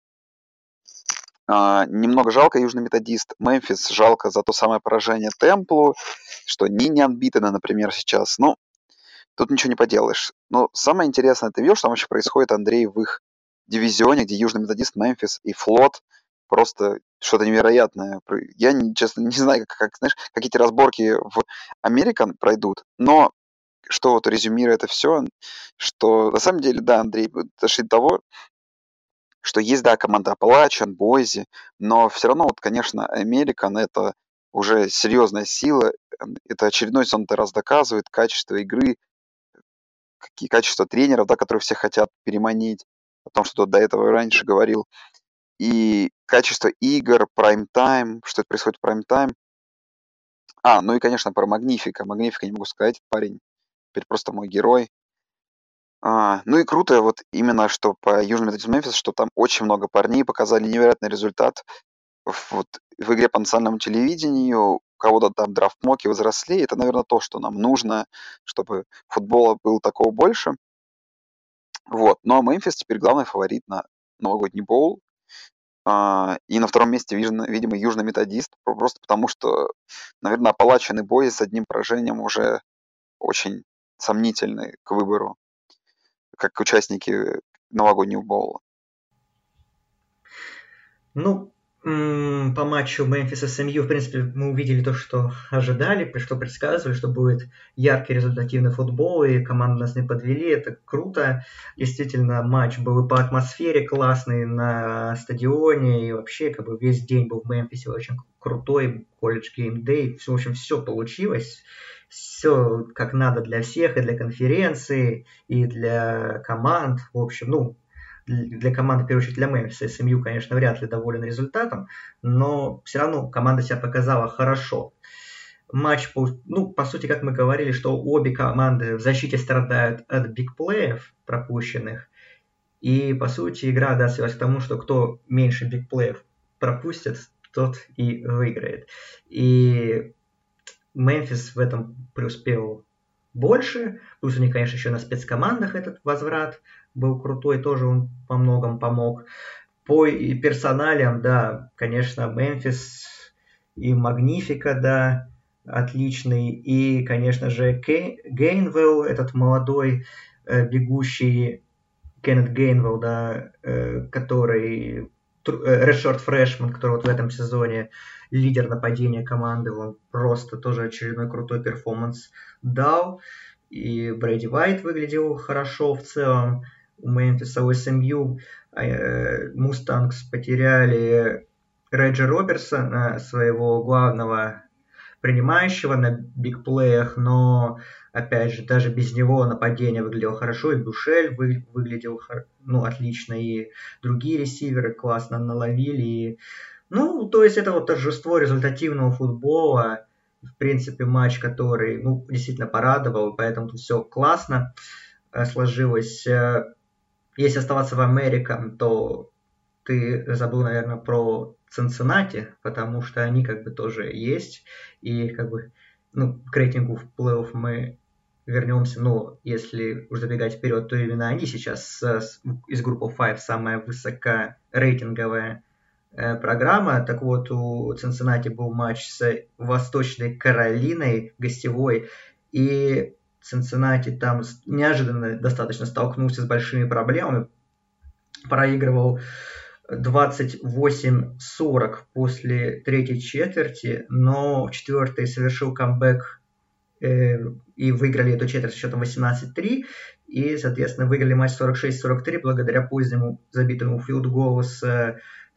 Немного жалко Южный Методист. Мемфис жалко за то самое поражение Темплу, что не unbeaten, например, сейчас. Ну, тут ничего не поделаешь. Но самое интересное, ты видел, что там вообще происходит, Андрей, в их дивизионе, где Южный Методист, Мемфис и Флот. Просто что-то невероятное. Я, честно, не знаю, знаешь, как эти разборки в Американ пройдут, но что вот резюмируя это все, что на самом деле, да, Андрей, дошли до того, что есть, да, команда Appalachian, Бойзи, но все равно, вот, конечно, Американ — это уже серьезная сила, это очередной сезон раз доказывает качество игры, какие качества тренеров, да, которые все хотят переманить, о том, что до этого раньше говорил, и качество игр, прайм-тайм, что это происходит в прайм-тайм. Ну и, конечно, про Магнифика. Магнифика не могу сказать, парень теперь просто мой герой. Ну и круто вот именно, что по Южному Методисту Мемфис, что там очень много парней показали невероятный результат в игре по национальному телевидению. У кого-то там драфт-моки возросли. Это, наверное, то, что нам нужно, чтобы футбола было такого больше. Вот. Ну а Мемфис теперь главный фаворит на новогодний боул. И на втором месте, видимо, Южный Методист. Просто потому, что, наверное, Апалачен и Бойзи с одним поражением уже очень сомнительны к выбору, как участники новогоднего боула. Ну, по матчу Мемфиса с МЮ, в принципе, мы увидели то, что ожидали, что предсказывали, что будет яркий результативный футбол, и команды нас не подвели, это круто. Действительно, матч был и по атмосфере классный на стадионе, и вообще, как бы весь день был в Мемфисе очень крутой, колледж геймдей, в общем, все получилось. Все как надо для всех, и для конференции, и для команд. В общем, для команды, в первую очередь для Мемфиса, СМЮ, конечно, вряд ли доволен результатом, но все равно команда себя показала хорошо. Матч, по сути, как мы говорили, что обе команды в защите страдают от бигплеев пропущенных, и, по сути, игра свелась к тому, что кто меньше бигплеев пропустит, тот и выиграет. И Мемфис в этом преуспел больше, плюс у них, конечно, еще на спецкомандах этот возврат был крутой, тоже он во многом помог. По персоналиям, да, конечно, Мемфис и Магнифика, да, отличный, и, конечно же, Гейнвелл, этот молодой бегущий Кеннет Гейнвелл, да, который Редшорт Фрешман, который вот в этом сезоне лидер нападения команды, он просто тоже очередной крутой перформанс дал. И Брэди Уайт выглядел хорошо в целом. У Мемфиса, у СМЮ Мустангс потеряли Реджи Робертсона, своего главного принимающего на бигплеях, но, опять же, даже без него нападение выглядело хорошо, и Бушель выглядел отлично, и другие ресиверы классно наловили. И, то есть это вот торжество результативного футбола, в принципе, матч, который, действительно порадовал, поэтому тут все классно сложилось. Если оставаться в Америке, то ты забыл, наверное, про Цинциннати, потому что они как бы тоже есть, и как бы, к рейтингу в плей-офф мы вернемся, но если уж забегать вперед, то именно они сейчас из группы 5 самая высокорейтинговая программа. Так вот, у Цинциннати был матч с Восточной Каролиной гостевой, и Цинциннати там неожиданно достаточно столкнулся с большими проблемами, проигрывал 28-40 после третьей четверти, но в четвертой совершил камбэк и выиграли эту четверть счетом 18-3, и, соответственно, выиграли матч 46-43 благодаря позднему забитому филд-голу с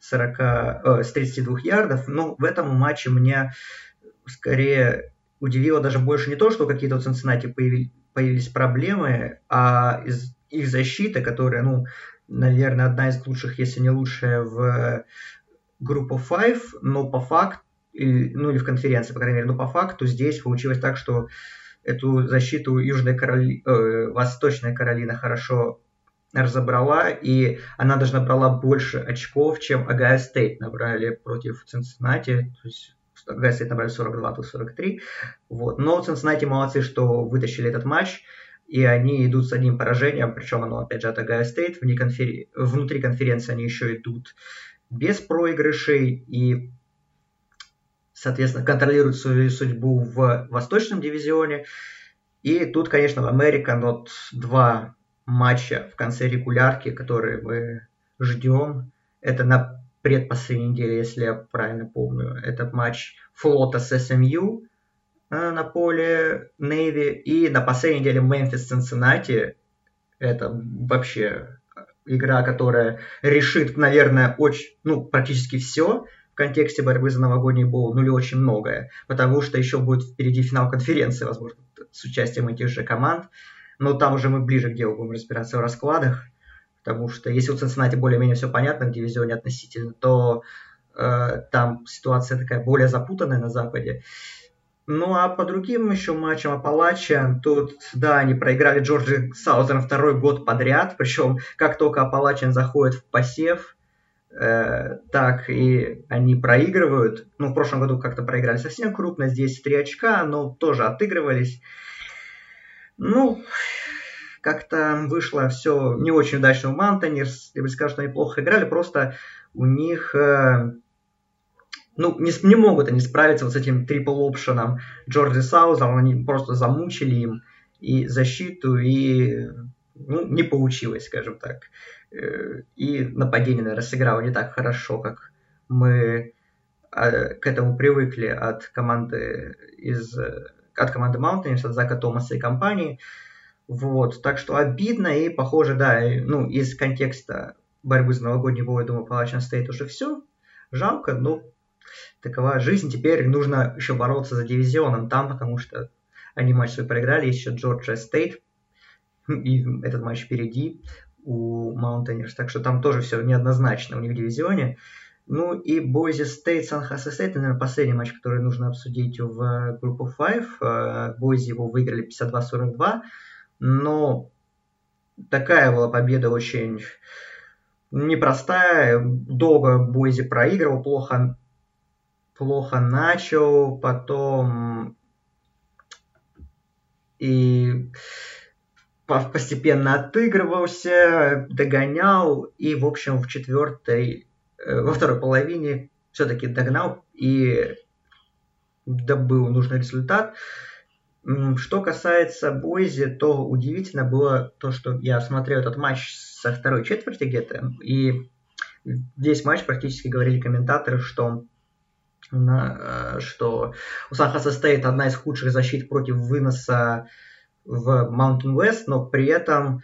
32 ярдов. Но в этом матче меня скорее удивило даже больше не то, что какие-то у Цинциннати появились проблемы, а их защита, которая, наверное, одна из лучших, если не лучшая в Group of Five, но по факту, или в конференции, по крайней мере, но по факту здесь получилось так, что эту защиту Восточная Каролина хорошо разобрала, и она даже набрала больше очков, чем Огайо Стейт набрали против Цинциннати. То есть Огайо Стейт набрали 42-43. Вот. Но Цинциннати молодцы, что вытащили этот матч, и они идут с одним поражением, причем оно, опять же, от Огайо Стейт. Внутри конференции они еще идут без проигрышей, и, соответственно, контролируют свою судьбу в Восточном дивизионе. И тут, конечно, в American два матча в конце регулярки, которые мы ждем. Это на предпоследней неделе, если я правильно помню. Этот матч Флота с SMU на поле Navy. И на последней неделе Мемфис-Цинциннати. Это вообще игра, которая решит, наверное, практически все в контексте борьбы за новогодний боул, или очень многое. Потому что еще будет впереди финал конференции, возможно, с участием этих же команд. Но там уже мы ближе к делу будем разбираться в раскладах, потому что если у Цинциннати более-менее все понятно в дивизионе относительно, то там ситуация такая более запутанная на Западе. Ну а по другим еще матчам Апалача, тут, да, они проиграли Джорджи Саузерн второй год подряд, причем как только Апалачен заходит в посев, так и они проигрывают. В прошлом году как-то проиграли совсем крупно, здесь 3 очка, но тоже отыгрывались. Как-то вышло все не очень удачно у Mountaineers. Я бы сказал, что они плохо играли, просто у них... не могут они справиться с этим трипл-опшеном Джорджи Саузерн, они просто замучили им и защиту, и не получилось, скажем так. И нападение, наверное, сыграло не так хорошо, как мы к этому привыкли от команды Mountaineers, от Зака Томаса и компании. Вот, так что обидно, и похоже, да, из контекста борьбы за новогодний бой, я думаю, Appalachian State уже все. Жалко, но такова жизнь. Теперь нужно еще бороться за дивизионом там, потому что они матч свой проиграли, есть еще Georgia State, и этот матч впереди у Mountaineers, так что там тоже все неоднозначно у них в дивизионе. И Boise State, San-Jose State, наверное, последний матч, который нужно обсудить в Group of Five. Boise его выиграли 52-42, но такая была победа очень непростая. Долго Boise проигрывал, плохо начал, потом и постепенно отыгрывался, догонял, и, в общем, во второй половине все-таки догнал и добыл нужный результат. Что касается Бойзи, то удивительно было то, что я смотрел этот матч со второй четверти где-то, и весь матч практически говорили комментаторы, что у San-Jose State одна из худших защит против выноса в Mountain West, но при этом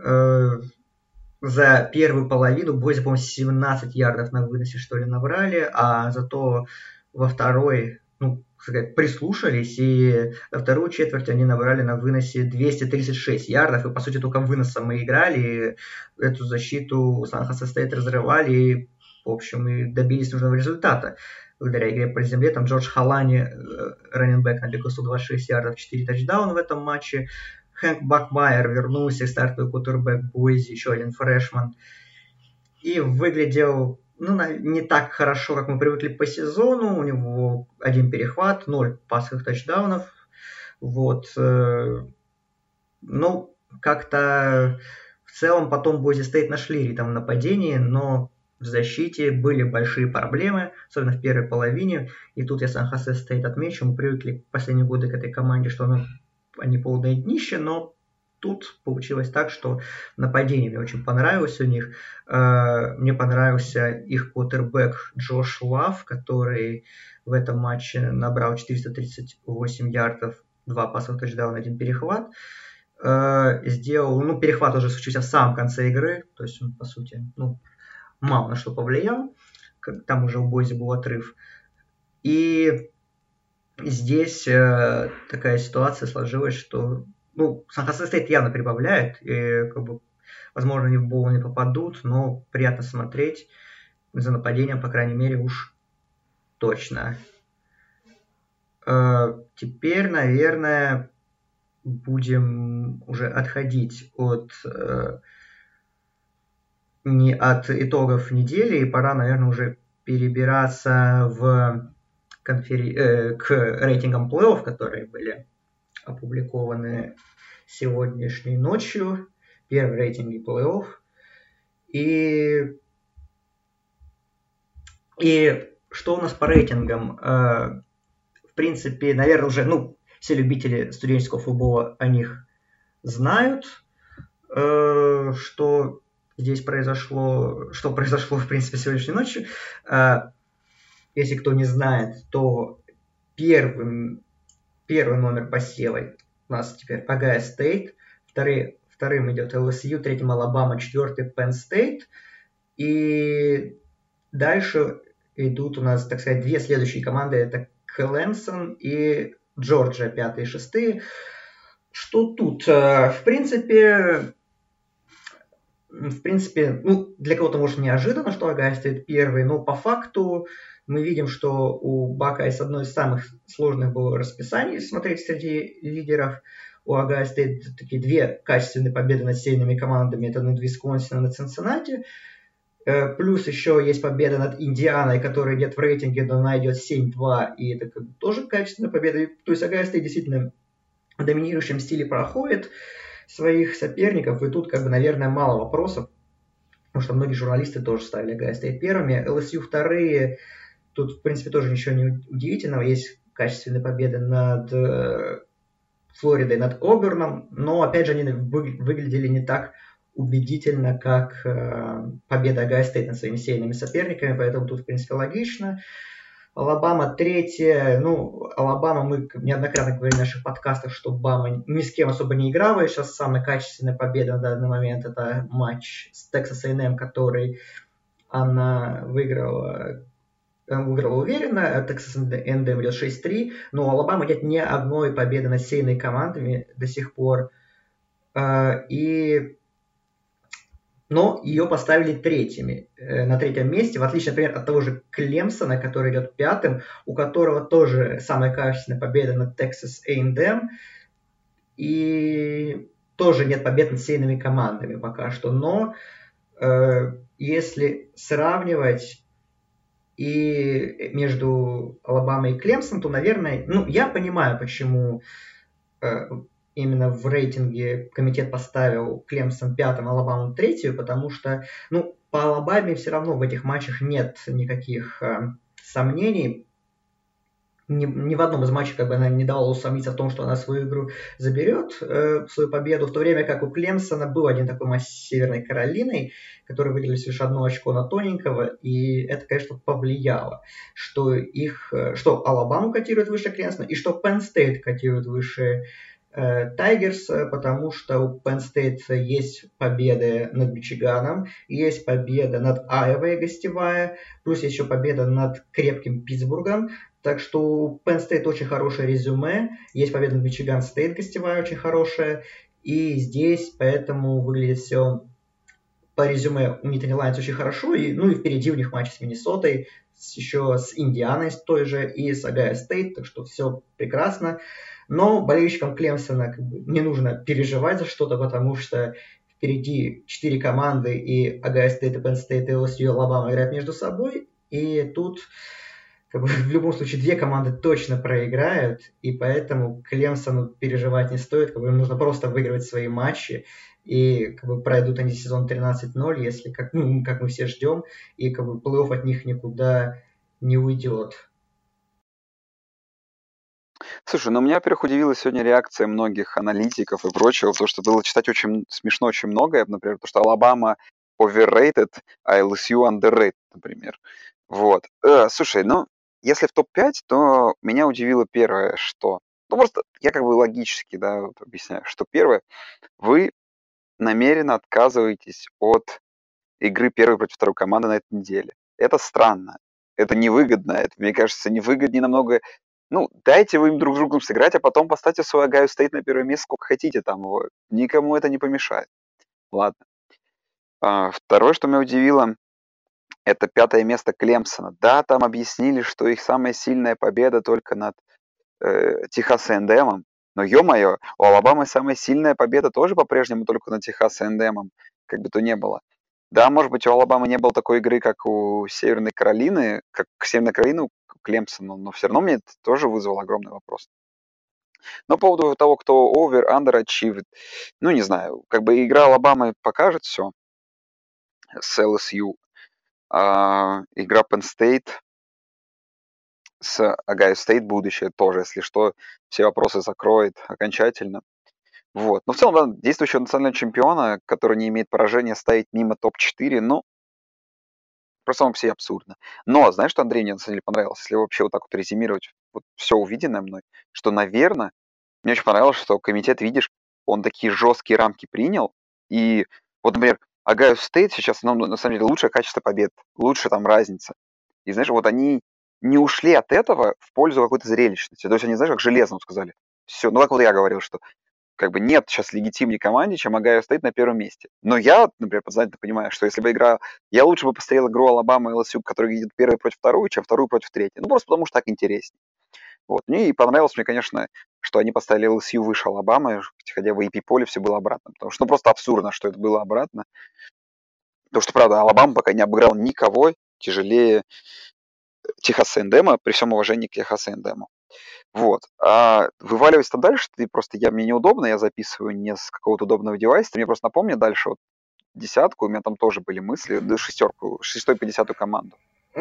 за первую половину Бойзи, по-моему, 17 ярдов на выносе, что ли, набрали, а зато во второй, прислушались, и во вторую четверть они набрали на выносе 236 ярдов, и, по сути, только выносом мы играли, и эту защиту San-Jose State разрывали, и, в общем, и добились нужного результата. Благодаря игре по земле, там Джордж Халани, раннинбэк, набегал 126 ярдов, 4 тачдауна в этом матче. Хэнк Бакмайер вернулся, стартовый квотербэк Бойзи, еще один фрешман. И выглядел не так хорошо, как мы привыкли по сезону. У него 1 перехват, 0 пасовых тачдаунов. Вот. Как-то в целом потом Boise State нашли ритм нападения, но в защите были большие проблемы, особенно в первой половине. И тут я Сан-Хосе Стейт отмечу, мы привыкли в последние годы к этой команде, что они полное днище, но тут получилось так, что нападение мне очень понравилось у них. Мне понравился их квотербэк Джош Лав, который в этом матче набрал 438 ярдов, 2 пассовых тачдауна, 1 перехват. Сделал, перехват уже случился в самом конце игры, то есть он, по сути, мало на что повлиял. Там уже у Бойзи был отрыв. И здесь такая ситуация сложилась, что Сан-Хосе Стейт явно прибавляет, и, возможно, они в боул не попадут, но приятно смотреть за нападением, по крайней мере, уж точно. Теперь, наверное, будем уже отходить не от итогов недели, и пора, наверное, уже перебираться к рейтингам плей-офф, которые были опубликованы сегодняшней ночью. Первые рейтинги плей-офф. И что у нас по рейтингам? В принципе, наверное, уже все любители студенческого футбола о них знают, что здесь произошло, в принципе, сегодняшней ночью. Если кто не знает, то первый номер посева у нас теперь Огайо Стейт, вторым идет LSU, третьим Алабама, четвертый Penn State. И дальше идут у нас, так сказать, две следующие команды, это Клемсон и Джорджия, 5-е и 6-е. Что тут? В принципе, для кого-то, может, неожиданно, что Огайо Стейт первый, но по факту мы видим, что у Бакайс одно из самых сложных было расписаний смотреть среди лидеров. У Огайо Стейт такие две качественные победы над сильными командами, это над Висконсином и над Цинциннати. Плюс еще есть победа над Индианой, которая идет в рейтинге, но она идет 7-2, и это тоже качественная победа. То есть Огайо Стейт действительно в доминирующем стиле проходит своих соперников, и тут, наверное, мало вопросов, потому что многие журналисты тоже ставили Огайо Стейт первыми. LSU вторые, тут, в принципе, тоже ничего не удивительного, есть качественные победы над Флоридой, над Оберном, но, опять же, они выглядели не так убедительно, как победа Огайо Стейт над своими сильными соперниками, поэтому тут, в принципе, логично. Алабама третья. Алабама, мы неоднократно говорили в наших подкастах, что Бама ни с кем особо не играла. И сейчас самая качественная победа на данный момент — это матч с Texas A&M, который она выиграла уверенно. Texas A&M идет 6-3, но у Алабамы нет ни одной победы над сильными командами до сих пор. Но ее поставили на третьем месте, в отличие, например, от того же Клемсона, который идет пятым, у которого тоже самая качественная победа над Texas A&M, и тоже нет побед над сильными командами пока что. Но если сравнивать и между Алабамой и Клемсон, то, наверное, я понимаю, почему именно в рейтинге комитет поставил Клемсон пятым, Алабаму третью, потому что, по Алабаме все равно в этих матчах нет никаких сомнений. Ни в одном из матчей она не давала усомниться в том, что она свою игру заберет, свою победу, в то время как у Клемсона был один такой матч с Северной Каролиной, который выиграли лишь 1 очко на тоненького, и это, конечно, повлияло, что Алабаму котирует выше Клемсона, и что Penn State котирует выше Тайгерс, потому что у Penn State есть победы над Мичиганом, есть победа над Айовой гостевая, плюс есть еще победа над крепким Питтсбургом. Так что у Penn State очень хорошее резюме, есть победа над Мичиган Стейт гостевая очень хорошая, и здесь поэтому выглядит все по резюме у Nittany Lions очень хорошо, и впереди у них матчи с Миннесотой, еще с Индианой с той же и с Огайо Стейт, так что все прекрасно. Но болельщикам Клемсона не нужно переживать за что-то, потому что впереди 4 команды, и Огайо Стейт, и Penn State, и LSU, и Алабама играют между собой, и тут в любом случае 2 команды точно проиграют, и поэтому Клемсону переживать не стоит, им нужно просто выигрывать свои матчи, и как бы пройдут они сезон 13-0, если как мы все ждем, и как бы плей-офф от них никуда не уйдет. Слушай, ну меня, во-первых, удивила сегодня реакция многих аналитиков и прочего, потому что было читать очень смешно, очень многое, например, то, что Алабама overrated, а LSU underrated, например. Вот. Слушай, ну, если в топ-5, то меня удивило первое, что... Ну, просто я как бы логически, да, вот объясняю, что первое, вы намеренно отказываетесь от игры первой против второй команды на этой неделе. Это странно, это невыгодно, это, мне кажется, невыгоднее намного. Ну, дайте вы им друг с другом сыграть, а потом поставьте свой Огайо Стейт на первое место, сколько хотите там его. Никому это не помешает. Ладно. Второе, что меня удивило, это 5-е место Клемсона. Да, там объяснили, что их самая сильная победа только над Техас A&M. Но, ё-моё, у Алабамы самая сильная победа тоже по-прежнему только над Техас A&M. Как бы то ни было. Да, может быть, у Алабамы не было такой игры, как у Северной Каролины, как Северной Каролины у Клемсона, но все равно мне это тоже вызвало огромный вопрос. Но по поводу того, кто over, underachieved, ну, не знаю, как бы игра Алабамы покажет все с LSU, а игра Penn State с Огайо Стейт будущее тоже, если что, все вопросы закроет окончательно. Вот. Но в целом, да, действующего национального чемпиона, который не имеет поражения, ставить мимо топ-4, ну, просто само по себе абсурдно. Но, знаешь, что, Андрей, мне на самом деле понравилось? Если вообще вот так вот резюмировать вот все увиденное мной, что, наверное, мне очень понравилось, что комитет, видишь, он такие жесткие рамки принял, и вот, например, Огайо Стейт сейчас, ну, на самом деле, лучшее качество побед, лучше там разница. И, знаешь, вот они не ушли от этого в пользу какой-то зрелищности. То есть они, знаешь, как железно сказали. Все, ну, как вот я говорил, что как бы нет сейчас легитимней команде, чем Огайо Стейт на первом месте. Но я, например, подсознательно понимаю, что если бы играл... Я лучше бы посмотрел игру Алабамы и ЛСЮ, который идет первый против второй, чем вторую против третьей. Ну, просто потому что так интереснее. Вот. Мне и понравилось, мне, конечно, что они поставили ЛСЮ выше Алабамы, хотя в AP-поле все было обратно. Потому что, ну, просто абсурдно, что это было обратно. Потому что, правда, Алабама пока не обыграл никого тяжелее Техас A&M, при всем уважении к Техас A&M. Вот. А вываливать-то дальше, мне неудобно, я записываю не с какого-то удобного девайса, ты мне просто напомни дальше вот десятку, у меня там тоже были мысли, да шестерку, 6-й по 10-ю команду.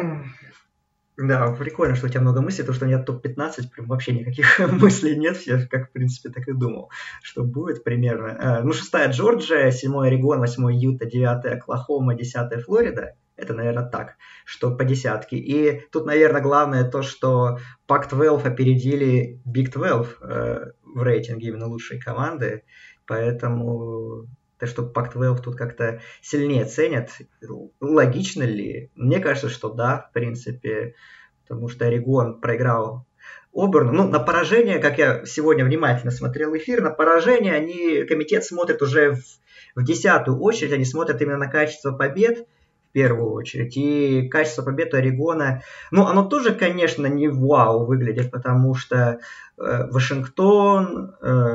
Да, прикольно, что у тебя много мыслей, потому что у меня топ-15 прям вообще никаких мыслей нет, я как, в принципе, так и думал, что будет примерно. Ну, 6-я Джорджия, 7-й Орегон, 8-й Юта, 9-я Оклахома, 10-я Флорида. Это, наверное, так, что по десятке. И тут, наверное, главное то, что Pac-12 опередили Big 12 в рейтинге именно лучшей команды, поэтому... Так что Pac-12 тут как-то сильнее ценят. Логично ли? Мне кажется, что да, в принципе, потому что Орегон проиграл Оберну. Ну, на поражение, как я сегодня внимательно смотрел эфир, на поражение комитет смотрит уже в 10-ю очередь, они смотрят именно на качество побед в первую очередь. И качество побед у Орегона, ну, оно тоже, конечно, не вау выглядит, потому что Вашингтон...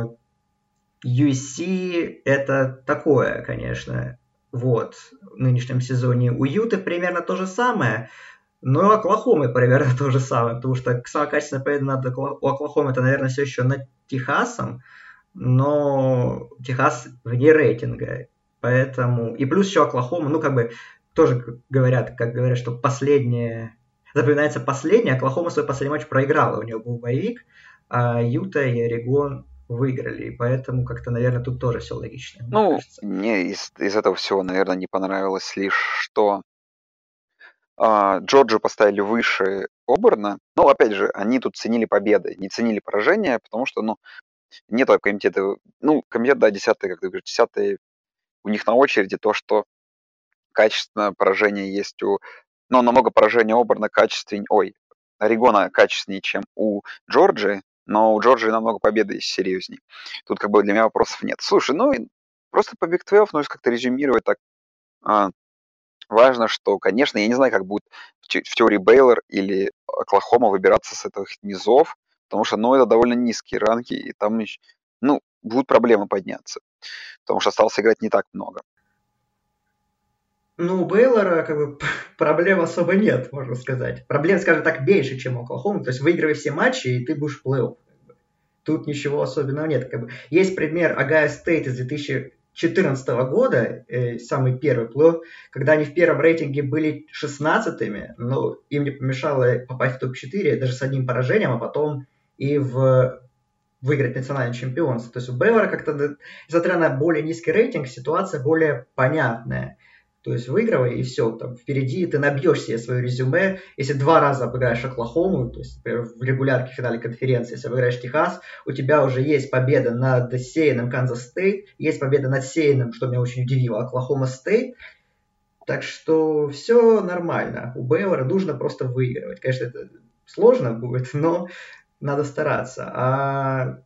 USC это такое, конечно, вот, в нынешнем сезоне. У Юты примерно то же самое, но и у Оклахомы примерно то же самое, потому что самая качественная победа над у Оклахомы это, наверное, все еще над Техасом, но Техас вне рейтинга, поэтому... И плюс еще Оклахома, ну, как бы, тоже говорят, что запоминается последняя, Оклахома свой последний матч проиграла, у нее был боевик, а Юта и Орегон выиграли, и поэтому как-то, наверное, тут тоже все логично. Ну, мне из этого всего, наверное, не понравилось лишь, что Джорджию поставили выше Оберна. Ну, опять же, они тут ценили победы, не ценили поражения, потому что, ну, нет комитета... Ну, комитет, да, 10-й, как ты говоришь, 10-й у них на очереди то, что качественное поражение есть у... Ну, намного поражения Оберна качественнее... Орегона качественнее, чем у Джорджии, но у Джорджии намного победы серьезней. Тут как бы для меня вопросов нет. Слушай, ну просто по Big 12, ну если как-то резюмировать так, важно, что, конечно, я не знаю, как будет в теории Бейлор или Оклахома выбираться с этих низов, потому что, ну, это довольно низкие ранги, и там, ну, будут проблемы подняться, потому что осталось играть не так много. Ну, у Бейлора как бы проблем особо нет, можно сказать. Проблем, скажем так, меньше, чем у Оклахомы. То есть выигрывай все матчи, и ты будешь в плей-офф. Тут ничего особенного нет. Как бы. Есть пример Огайо Стейт из 2014 года, самый первый плей-офф, когда они в первом рейтинге были 16-ми, но им не помешало попасть в топ-4 даже с одним поражением, а потом и выиграть национальный чемпионство. То есть у Бейвера как-то, несмотря на более низкий рейтинг, ситуация более понятная. То есть выигрывай, и все, там впереди ты набьешь себе свое резюме. Если 2 раза обыграешь Оклахому, то есть, например, в регулярке в финале конференции, если обыграешь Техас, у тебя уже есть победа над сеянным Канзас Стейт, есть победа над сеянным, что меня очень удивило, Оклахома Стейт. Так что все нормально. У Бейвера нужно просто выигрывать. Конечно, это сложно будет, но надо стараться. А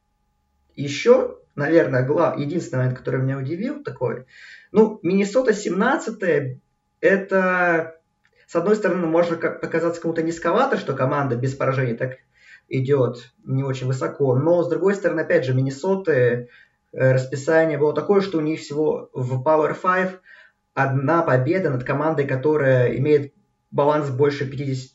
еще, наверное, единственный момент, который меня удивил, такой, Миннесота 17-е, это, с одной стороны, может показаться кому-то низковато, что команда без поражений так идет не очень высоко, но, с другой стороны, опять же, Миннесоты расписание было такое, что у них всего в Power 5 одна победа над командой, которая имеет баланс больше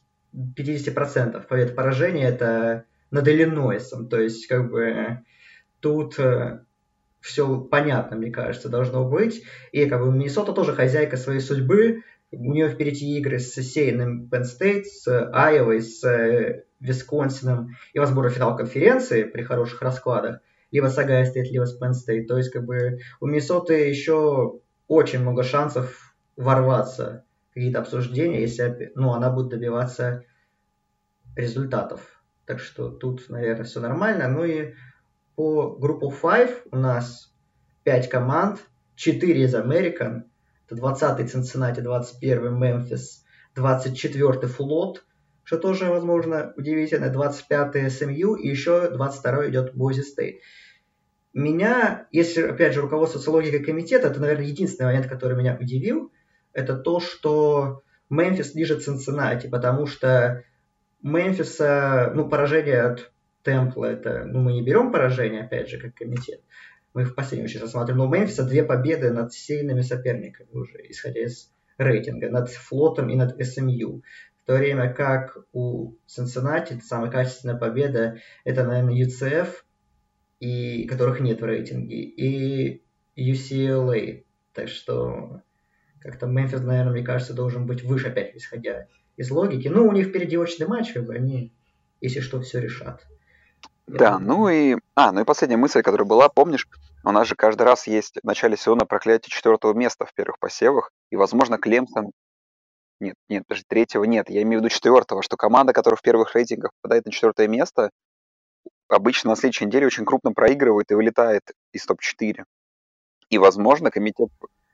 50% побед поражения, это над Иллинойсом, то есть, как бы, тут все понятно, мне кажется, должно быть. И как бы Миннесота тоже хозяйка своей судьбы. У нее впереди игры с сейным Penn State, с Айовой, с Висконсином и, возможно, финал конференции при хороших раскладах. Либо с Огайо Стейт, либо с Penn State. То есть, как бы, у Миннесоты еще очень много шансов ворваться в какие-то обсуждения, если она будет добиваться результатов. Так что тут, наверное, все нормально. Ну и по группу 5 у нас 5 команд, 4 из American. Это 20-й Cincinnati, 21-й Memphis, 24-й Флот, что тоже, возможно, удивительно, 25-й SMU и еще 22-й идет Boise State. Меня, если, опять же, руководствоваться логикой комитета, это, наверное, единственный момент, который меня удивил, это то, что Мемфис ниже Cincinnati, потому что Мемфиса, поражение от Темпла, это, мы не берем поражение, опять же, как комитет, мы их в последнюю очередь рассматриваем, но у Мемфиса 2 победы над сильными соперниками уже, исходя из рейтинга, над Флотом и над SMU. В то время как у Cincinnati самая качественная победа, это, наверное, UCF, и которых нет в рейтинге, и UCLA. Так что как-то Мемфис, наверное, мне кажется, должен быть выше, опять исходя из логики. У них впереди очный матч, как бы они, если что, все решат. Да, и последняя мысль, которая была, помнишь, у нас же каждый раз есть в начале сезона проклятие 4-го места в первых посевах, и, возможно, Клемсон... Нет, даже 3-го нет, я имею в виду 4-го, что команда, которая в первых рейтингах попадает на 4-е место, обычно на следующей неделе очень крупно проигрывает и вылетает из топ-4. И, возможно, комитет...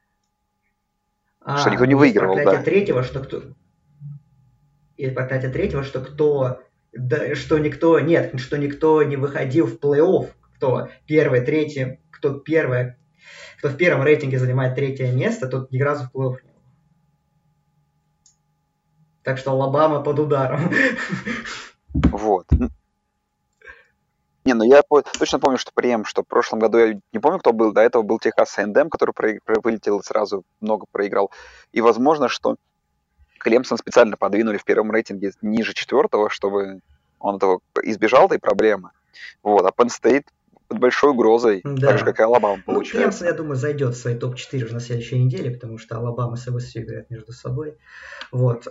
что никто не выигрывал, да. Третьего, что кто... Есть проклятие третьего, что никто не выходил в плей-офф, кто в первом рейтинге занимает 3-е место, тот ни разу в плей-офф не был. Так что Алабама под ударом. Вот. Я точно помню, что в прошлом году, я не помню, кто был, до этого был Техас A&M, который вылетел и сразу много проиграл. И возможно, что Клемсон специально подвинули в первом рейтинге ниже 4-го, чтобы он этого избежал этой проблемы. Вот. А Penn State под большой угрозой, так же, как и Алабама, получается. Клемсон, я думаю, зайдет в свои топ-4 уже на следующей неделе, потому что Алабама с LSU играют между собой. Вот.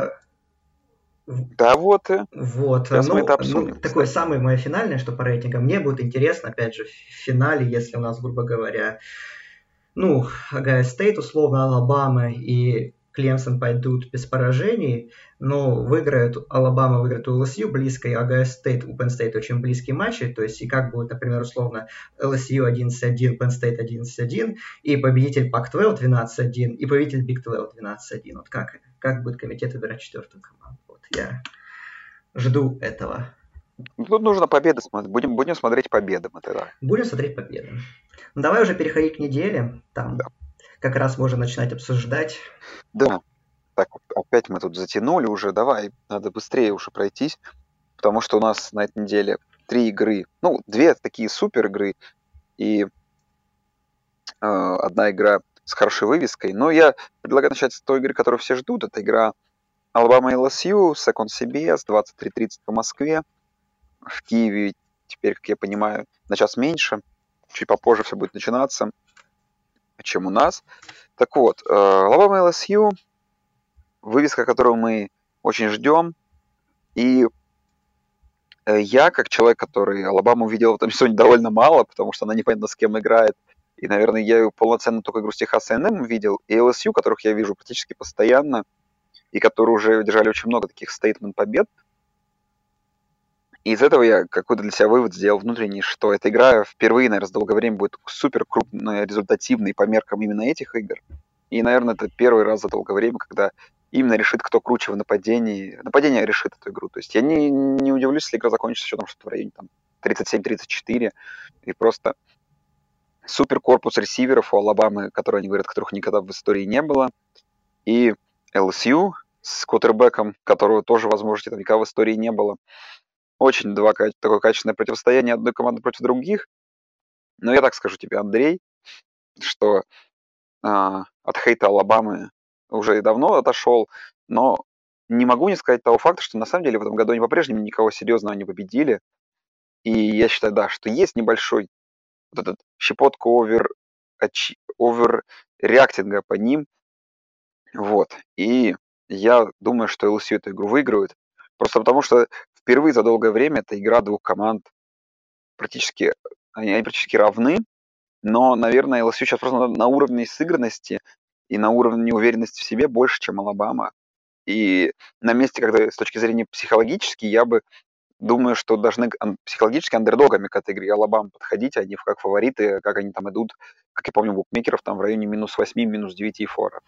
Да, вот. Сейчас мы это обсудим. Такое самое мое финальное, что по рейтингам. Мне будет интересно, опять же, в финале, если у нас, грубо говоря, Огайо Стейт, условно, Алабама и Клемсон пойдут без поражений, но Алабама выиграет у LSU близко, и Огайо Стейт у Penn State очень близкие матчи, то есть и как будет, например, условно, LSU 11-1, Penn State 11-1, и победитель Pac-12 12-1, и победитель Big 12 12-1. Вот как будет комитет выбирать 4-ю команду? Вот я жду этого. Тут нужно победы смотреть. Будем смотреть победы. Будем смотреть победы. Давай уже переходить к неделе. Там как раз можно начинать обсуждать. Да. Так, опять мы тут затянули уже. Давай, надо быстрее уже пройтись. Потому что у нас на этой неделе 3 игры. 2 такие супер игры. И 1 игра с хорошей вывеской. Но я предлагаю начать с той игры, которую все ждут. Это игра Алабама LSU, Second CBS, 23:30 по Москве. В Киеве теперь, как я понимаю, на час меньше. Чуть попозже все будет начинаться. чем у нас. Так вот, Алабама LSU, вывеска, которую мы очень ждем. И я, как человек, который Алабаму видел в этом сезоне довольно мало, потому что она непонятно с кем играет, и, наверное, я ее полноценно только игру с Техас A&M видел, и LSU, которых я вижу практически постоянно, и которые уже держали очень много таких стейтмент-побед. И из этого я какой-то для себя вывод сделал внутренний, что эта игра впервые, наверное, за долгое время будет супер крупной, результативной по меркам именно этих игр. И, наверное, это первый раз за долгое время, когда именно решит, кто круче в нападении. Нападение решит эту игру. То есть я не удивлюсь, если игра закончится счетом что-то в районе там 37-34. И просто супер корпус ресиверов у Алабамы, которые они говорят, которых никогда в истории не было. И LSU с квотербеком, которого тоже, возможно, там никогда в истории не было. Очень такое качественное противостояние одной команды против других. Но я так скажу тебе, Андрей, что от хейта Алабамы уже и давно отошел, но не могу не сказать того факта, что на самом деле в этом году они по-прежнему никого серьезного не победили. И я считаю, да, что есть небольшой вот этот щепотка оверреактинга по ним. Вот. И я думаю, что LSU эту игру выиграют. Просто потому что впервые за долгое время это игра двух команд. Они практически равны. Но, наверное, LSU сейчас просто на уровне сыгранности и на уровне уверенности в себе больше, чем Алабама. И на месте, когда с точки зрения психологически, я бы думаю, что должны психологически андердогами к этой игре Алабама подходить, а не как фавориты, как они там идут, как я помню, букмекеров там в районе -8, -9 фора.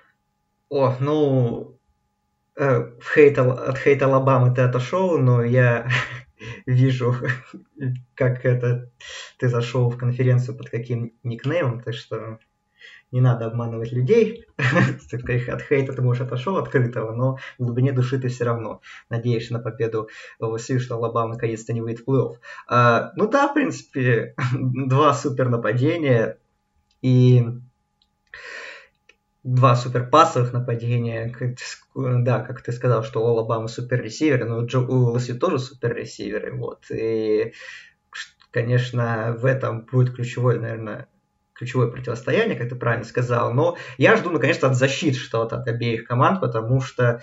От хейта Алабамы ты отошел, но я вижу, как ты зашел в конференцию под каким никнеймом, так что не надо обманывать людей. От хейта ты, может, отошел открытого, но в глубине души ты все равно надеешься на победу LSU, что Алабама наконец-то не выйдет в плей-офф. Ну да, в принципе, 2 супер нападения и 2 суперпассовых нападения. Да, как ты сказал, что у Алабамы суперресиверы, но у LSU тоже суперресиверы. Вот. И, конечно, в этом будет ключевое противостояние, как ты правильно сказал. Но я жду, наконец-то, от защит что-то от обеих команд, потому что,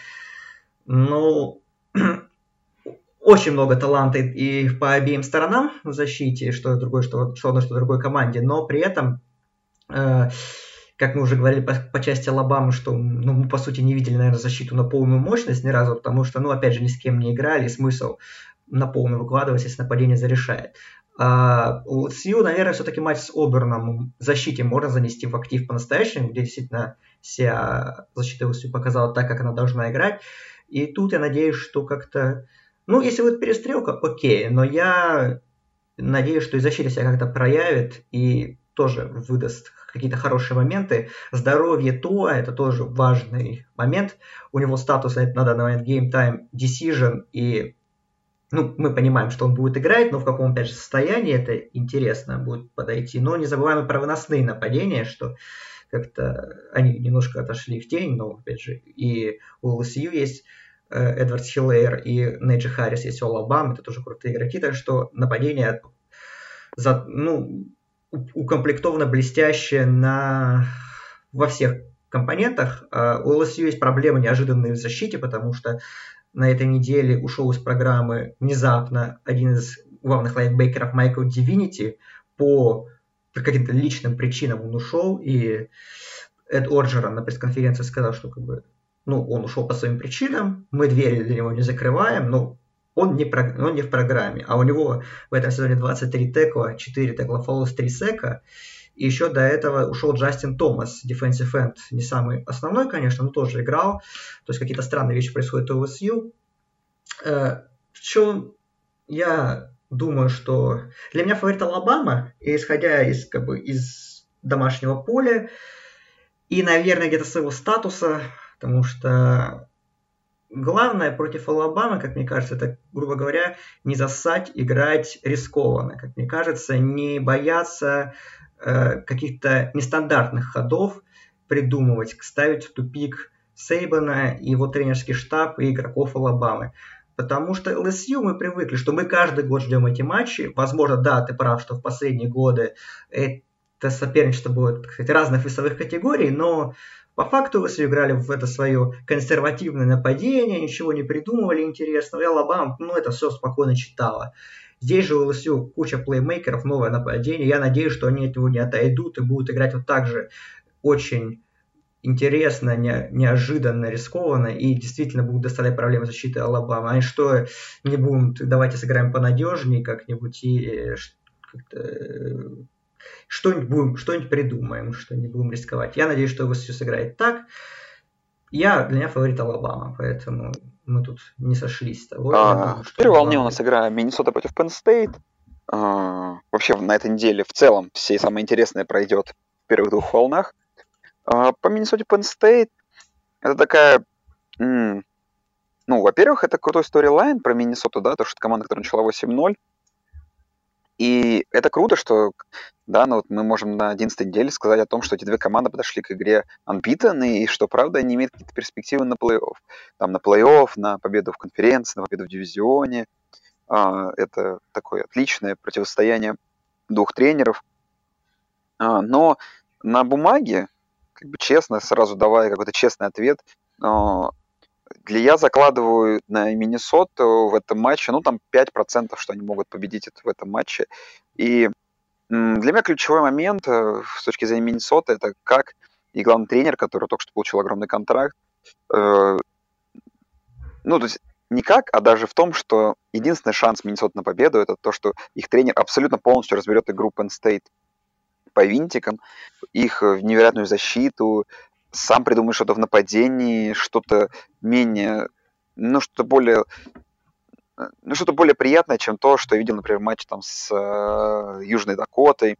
очень много таланта и по обеим сторонам в защите, что одной, что другой команде, но при этом, как мы уже говорили по части Алабамы, что мы, по сути, не видели, наверное, защиту на полную мощность ни разу, потому что, опять же, ни с кем не играли, и смысл на полную выкладывать, если нападение зарешает. У LSU, наверное, все-таки матч с Оберном в защите можно занести в актив по-настоящему, где действительно вся защита LSU показала так, как она должна играть. И тут я надеюсь, что как-то... если будет перестрелка, окей, но я надеюсь, что и защита себя как-то проявит и тоже выдаст какие-то хорошие моменты. Здоровье Туа – это тоже важный момент. У него статус на данный момент Game Time Decision, и мы понимаем, что он будет играть, но в каком, опять же, состоянии это интересно будет подойти. Но не забываем про выносные нападения, что как-то они немножко отошли в тень, но, опять же, и у LSU есть Эдвард Хиллер и Нейджи Харрис есть у Алабамы, это тоже крутые игроки, так что нападение укомплектовано блестяще во всех компонентах. У LSU есть проблемы неожиданные в защите, потому что на этой неделе ушел из программы внезапно один из главных лайнбекеров Майкл Дивинити. По каким-то личным причинам он ушел, и Эд Орджерон на пресс-конференции сказал, что он ушел по своим причинам, мы двери для него не закрываем, но он не в программе. А у него в этом сезоне 23 текла, 4 текла фоллоус, 3 сека. И еще до этого ушел Джастин Томас, defensive end, не самый основной, конечно, но тоже играл. То есть какие-то странные вещи происходят у LSU. Я думаю, что для меня фаворит Алабама, исходя из домашнего поля и, наверное, где-то своего статуса, потому что главное против Алабамы, как мне кажется, это, грубо говоря, не зассать, играть рискованно. Как мне кажется, не бояться каких-то нестандартных ходов придумывать, ставить в тупик Сейбана и его тренерский штаб и игроков Алабамы. Потому что LSU мы привыкли, что мы каждый год ждем эти матчи. Возможно, да, ты прав, что в последние годы это соперничество будет, так сказать, разных весовых категорий, но по факту ЛСЮ играли в это свое консервативное нападение, ничего не придумывали интересного, и Алабама, это все спокойно читала. Здесь же у ЛСЮ куча плеймейкеров, новое нападение. Я надеюсь, что они от него не отойдут и будут играть вот так же очень интересно, неожиданно, рискованно и действительно будут доставлять проблемы защиты Алабамы. А что не будем, давайте сыграем понадежнее как-нибудь и что-нибудь придумаем, что не будем рисковать. Я надеюсь, что ЛСЮ сыграет так. Для меня фаворит Алабама, поэтому мы тут не сошлись с тобой. В первой волне у нас игра Миннесота против Penn State. Вообще на этой неделе в целом все самое интересное пройдет в первых двух волнах. По Миннесоте Penn State это такая... во-первых, это крутой сторилайн про Миннесоту, да, то, что команда, которая начала 8-0. И это круто, что мы можем на 11-й неделе сказать о том, что эти две команды подошли к игре unbeaten, и что, правда, они имеют какие-то перспективы на плей-офф. На плей-офф, на победу в конференции, на победу в дивизионе. Это такое отличное противостояние двух тренеров. Но на бумаге, честно, сразу давая какой-то честный ответ, я закладываю на Миннесоту в этом матче, 5%, что они могут победить в этом матче. И для меня ключевой момент с точки зрения Миннесоты, это как и главный тренер, который только что получил огромный контракт, то есть не как, а даже в том, что единственный шанс Миннесоты на победу, это то, что их тренер абсолютно полностью разберет игру Penn State по винтикам, их невероятную защиту, сам придумает что-то в нападении, что-то менее, что-то более приятное, чем то, что я видел, например, в матче с Южной Дакотой.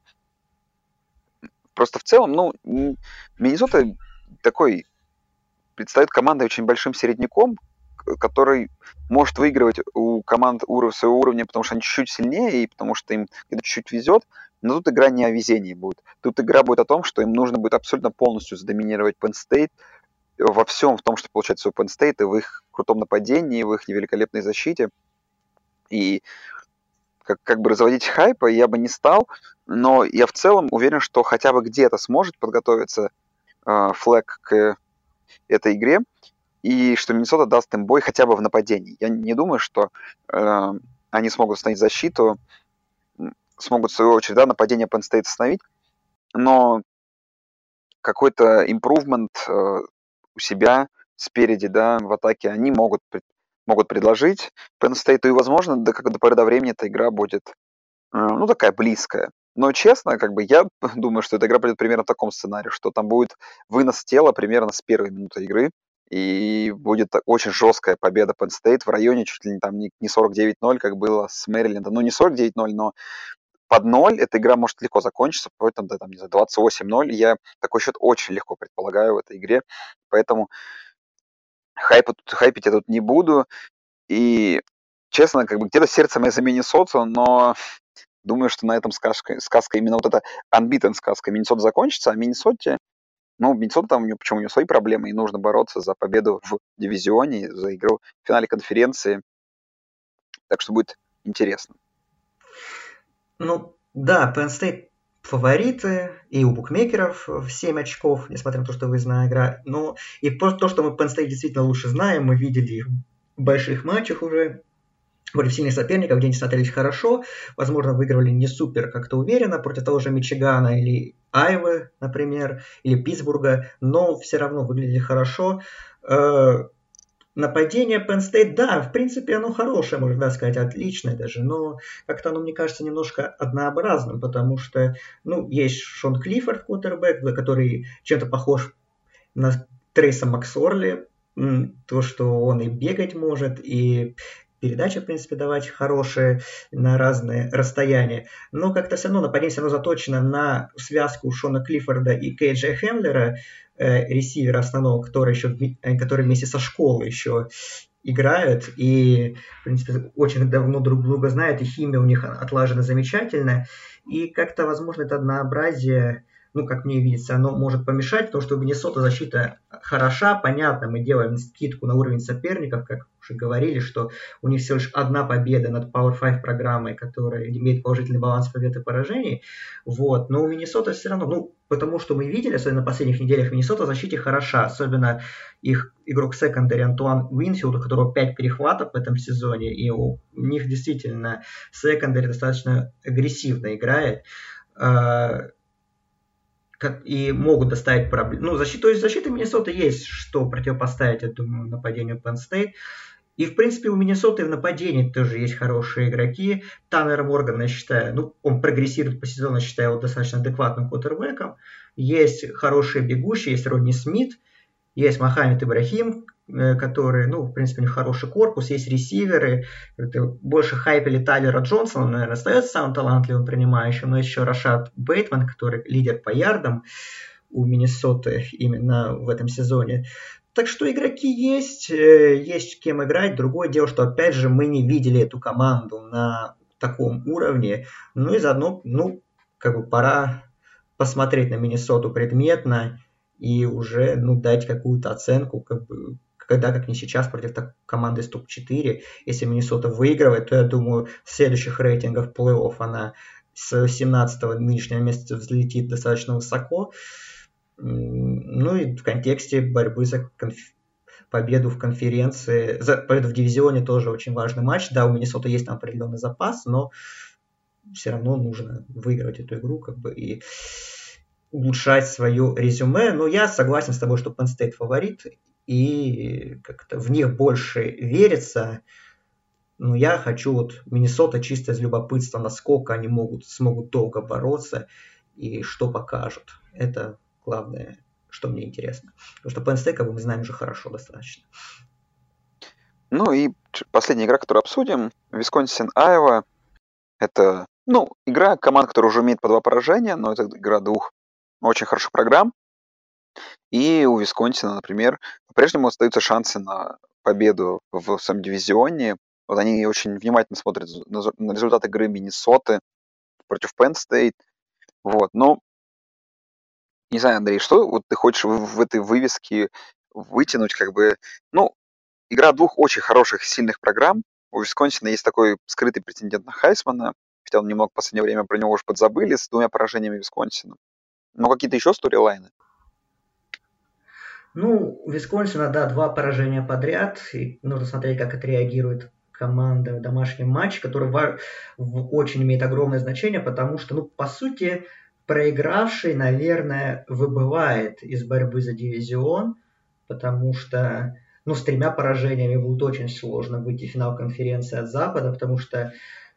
Просто в целом, Миннесота такой предстает командой очень большим середняком, который может выигрывать у команд своего уровня, потому что они чуть-чуть сильнее и потому что им где-то чуть-чуть везет. Но тут игра не о везении будет. Тут игра будет о том, что им нужно будет абсолютно полностью задоминировать Penn State во всем, в том, что получается у Penn State, и в их крутом нападении, в их великолепной защите. И как бы разводить хайпа я бы не стал, но я в целом уверен, что хотя бы где-то сможет подготовиться Флэг к этой игре, и что Миннесота даст им бой хотя бы в нападении. Я не думаю, что они смогут остановить защиту, смогут, в свою очередь, нападение Penn State остановить, но какой-то improvement у себя спереди, в атаке они могут предложить Penn State, и, возможно, до поры до времени эта игра будет, такая близкая. Но, честно, я думаю, что эта игра пойдет примерно в таком сценарии, что там будет вынос тела примерно с первой минуты игры, и будет очень жесткая победа Penn State в районе чуть ли не 49-0, как было с Мэрилендом. Не 49-0, но под 0 эта игра может легко закончиться, поэтому, 28-0. Я такой счет очень легко предполагаю в этой игре, поэтому хайпить я тут не буду. И, честно, где-то сердце мое за Миннесоту, но думаю, что на этом сказка именно вот эта unbeaten сказка Миннесота закончится, а Миннесоте, Миннесота у нее свои проблемы, и нужно бороться за победу в дивизионе, за игру в финале конференции. Так что будет интересно. Penn State фавориты и у букмекеров в 7 очков, несмотря на то, что выездная игра. И просто то, что мы Penn State действительно лучше знаем, мы видели их в больших матчах уже против сильных соперников, где они смотрелись хорошо, возможно, выигрывали не супер как-то уверенно против того же Мичигана или Айвы, например, или Питтсбурга, но все равно выглядели хорошо. Нападение Penn State, в принципе, оно хорошее, можно сказать, отличное даже, но как-то оно, мне кажется, немножко однообразным, потому что, есть Шон Клиффорд, квотербэк, который чем-то похож на Трейса Максорли, то, что он и бегать может, и передачи, в принципе, давать хорошие на разные расстояния. Но как-то все равно нападение все равно заточено на связку Шона Клиффорда и Кейджа Хемлера, ресивера основного, который вместе со школой еще играют и, в принципе, очень давно друг друга знают, и химия у них отлажена замечательно. И как-то, возможно, это однообразие, как мне видится, оно может помешать, потому что у Миннесоты защита хороша, понятно, мы делаем скидку на уровень соперников, как уже говорили, что у них всего лишь одна победа над Power 5 программой, которая имеет положительный баланс побед и поражений. Вот. Но у Миннесоты все равно, потому что мы видели, особенно на последних неделях, Миннесота в защите хороша, особенно их игрок секондари Антуан Уинфилд, у которого 5 перехватов в этом сезоне, и у них действительно секондари достаточно агрессивно играет. И могут доставить проблемы. То есть защиты Миннесоты есть что противопоставить, я думаю, нападению Penn State. И, в принципе, у Миннесоты в нападении тоже есть хорошие игроки. Таннер Морган, я считаю, он прогрессирует по сезону, я считаю его достаточно адекватным квотербеком. Есть хорошие бегущие, есть Родни Смит, есть Мохаммед Ибрахим, который, в принципе, у них хороший корпус, есть ресиверы. Больше хайпели Тайлера Джонсона, наверное, остается самым талантливым принимающим, но еще Рашад Бейтман, который лидер по ярдам у Миннесоты именно в этом сезоне. Так что игроки есть кем играть. Другое дело, что, опять же, мы не видели эту команду на таком уровне. И заодно, пора посмотреть на Миннесоту предметно и уже, дать какую-то оценку, когда, как не сейчас, против команды из топ-4. Если Миннесота выигрывает, то, я думаю, с следующих рейтингов плей-офф она с 17-го нынешнего месяца взлетит достаточно высоко. И в контексте борьбы за победу в конференции, за победу в дивизионе тоже очень важный матч. Да, у Миннесоты есть там определенный запас, но все равно нужно выигрывать эту игру, и улучшать свое резюме. Но я согласен с тобой, что Penn State фаворит, и как-то в них больше верится. Но я хочу Миннесота чисто из любопытства, насколько они смогут долго бороться и что покажут. Это главное, что мне интересно. Потому что Penn State, мы знаем, уже хорошо достаточно. И последняя игра, которую обсудим, Висконсин-Айова. Это, игра команд, которая уже имеет по 2 поражения, но это игра 2 очень хороших программ. И у Висконсина, например, по-прежнему остаются шансы на победу в своем дивизионе. Они очень внимательно смотрят на результат игры Миннесоты против Penn State. Не знаю, Андрей, что ты хочешь в этой вывеске вытянуть, игра 2 очень хороших, сильных программ. У Висконсина есть такой скрытый претендент на Хайсмана, хотя он немного в последнее время про него уже подзабыли, с 2 поражениями Висконсина. Но какие-то еще сторилайны? У Висконсина, 2 поражения подряд, и нужно смотреть, как отреагирует команда в домашнем матче, который очень имеет огромное значение, потому что, по сути, проигравший, наверное, выбывает из борьбы за дивизион, потому что, с 3 поражениями будет очень сложно выйти в финал конференции от Запада, потому что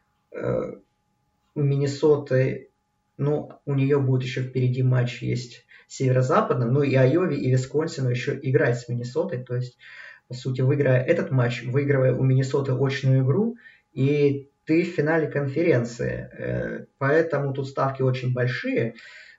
у Миннесоты, у нее будет еще впереди матч есть северо-западным, и Айове, и Висконсину еще играть с Миннесотой, то есть, по сути, выиграя этот матч, выигрывая у Миннесоты очную игру, и ты в финале конференции. Поэтому тут ставки очень большие.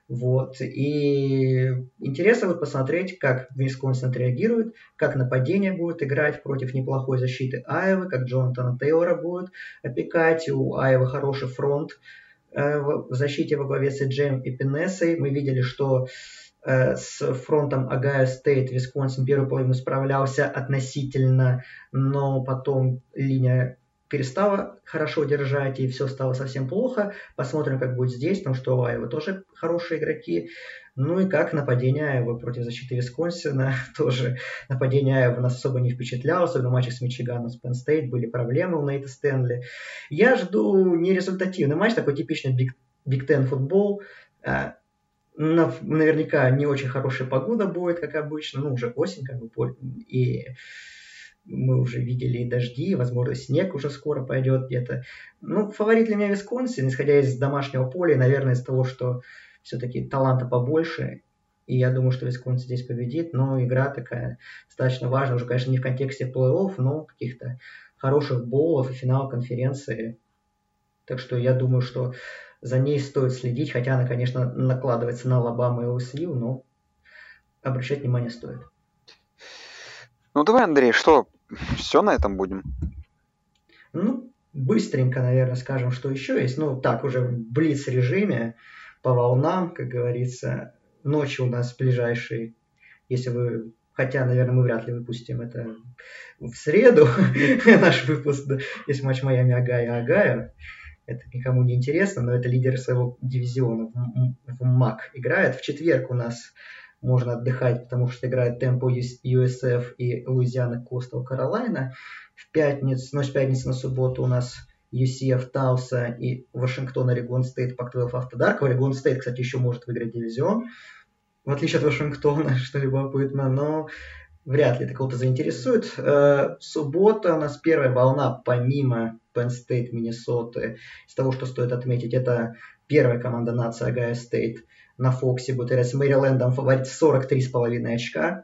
И интересно будет посмотреть, как Висконсин отреагирует, как нападение будет играть против неплохой защиты Айовы, как Джонатана Тейлора будет опекать. У Айовы хороший фронт в защите во главе с Джейм и Пинессой. Мы видели, что с фронтом Огайо Стейт Висконсин первую половину справлялся относительно, но потом линия перестала хорошо держать, и все стало совсем плохо. Посмотрим, как будет здесь, потому что у Айовы тоже хорошие игроки. И как нападение Айовы против защиты Висконсина. Тоже нападение Айовы нас особо не впечатляло, особенно в матчах с Мичиганом, с Penn State были проблемы у Нейта Стэнли. Я жду нерезультативный матч, такой типичный Big Ten футбол. Наверняка не очень хорошая погода будет, как обычно. Уже осень, и мы уже видели и дожди, возможно, снег уже скоро пойдет где-то. Фаворит для меня Висконсин, исходя из домашнего поля, наверное, из того, что все-таки таланта побольше, и я думаю, что Висконсин здесь победит, но игра такая достаточно важная, уже, конечно, не в контексте плей-офф, но каких-то хороших боулов и финала конференции. Так что я думаю, что за ней стоит следить, хотя она, конечно, накладывается на Алабаму и ОСЮ, но обращать внимание стоит. Давай, Андрей, что, все на этом будем? Быстренько, наверное, скажем, что еще есть. Так, уже в блиц-режиме, по волнам, как говорится. Ночью у нас ближайший, если вы хотя, наверное, мы вряд ли выпустим это в среду, наш выпуск, есть матч Майами Огайо. Это никому не интересно, но это лидер своего дивизиона в МАК играет. В четверг у нас можно отдыхать, потому что играет Темпо USF и Луизиана Костел Каролайна. С пятницы на субботу у нас UCF Тауса и Вашингтон Орегон Стейт Пак-12 After Dark. Орегон Стейт, кстати, еще может выиграть дивизион, в отличие от Вашингтона, что любопытно, но вряд ли это кого-то заинтересует. Суббота у нас первая волна, помимо Penn State, Миннесоты. Из того, что стоит отметить, это первая команда нации Огайо Стейт. На Фоксе будет играть с Мэрилендом, фаворит 43,5 очка.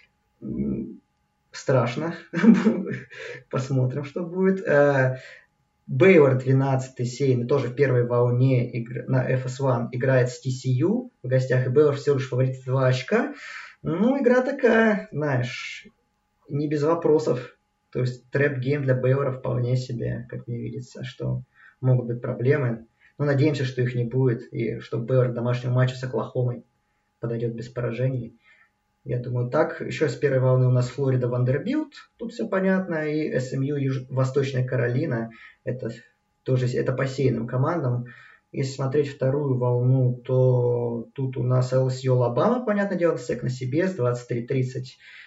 Страшно. Посмотрим, что будет. Бейвор 12-й сейный, тоже в первой волне на FS1 играет с TCU в гостях, и Бейвор всего лишь фаворит 2 очка. Ну, игра такая, знаешь, не без вопросов. То есть трэп-гейм для Бейвора вполне себе, как мне видится, что могут быть проблемы. Но надеемся, что их не будет, и что Бейвор в домашнем матче с Оклахомой подойдет без поражений. Я думаю, так. Еще с первой волны у нас Флорида Вандербилт, тут все понятно, и СМЮ Восточная Каролина, это тоже это по сейным командам. Если смотреть вторую волну, то тут у нас LSU Алабама, понятное дело, SEC на себе с 23:30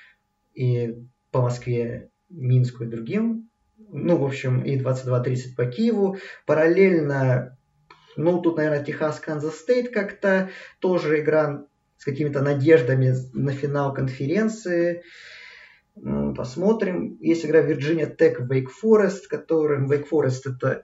и по Москве, Минску и другим. Ну, в общем, и 22:30 по Киеву. Параллельно, ну, тут, наверное, Техас, Канзас Стейт как-то тоже игра с какими-то надеждами на финал конференции. Посмотрим. Есть игра Вирджиния Тек Вейк Форест, которым Вейк Форест это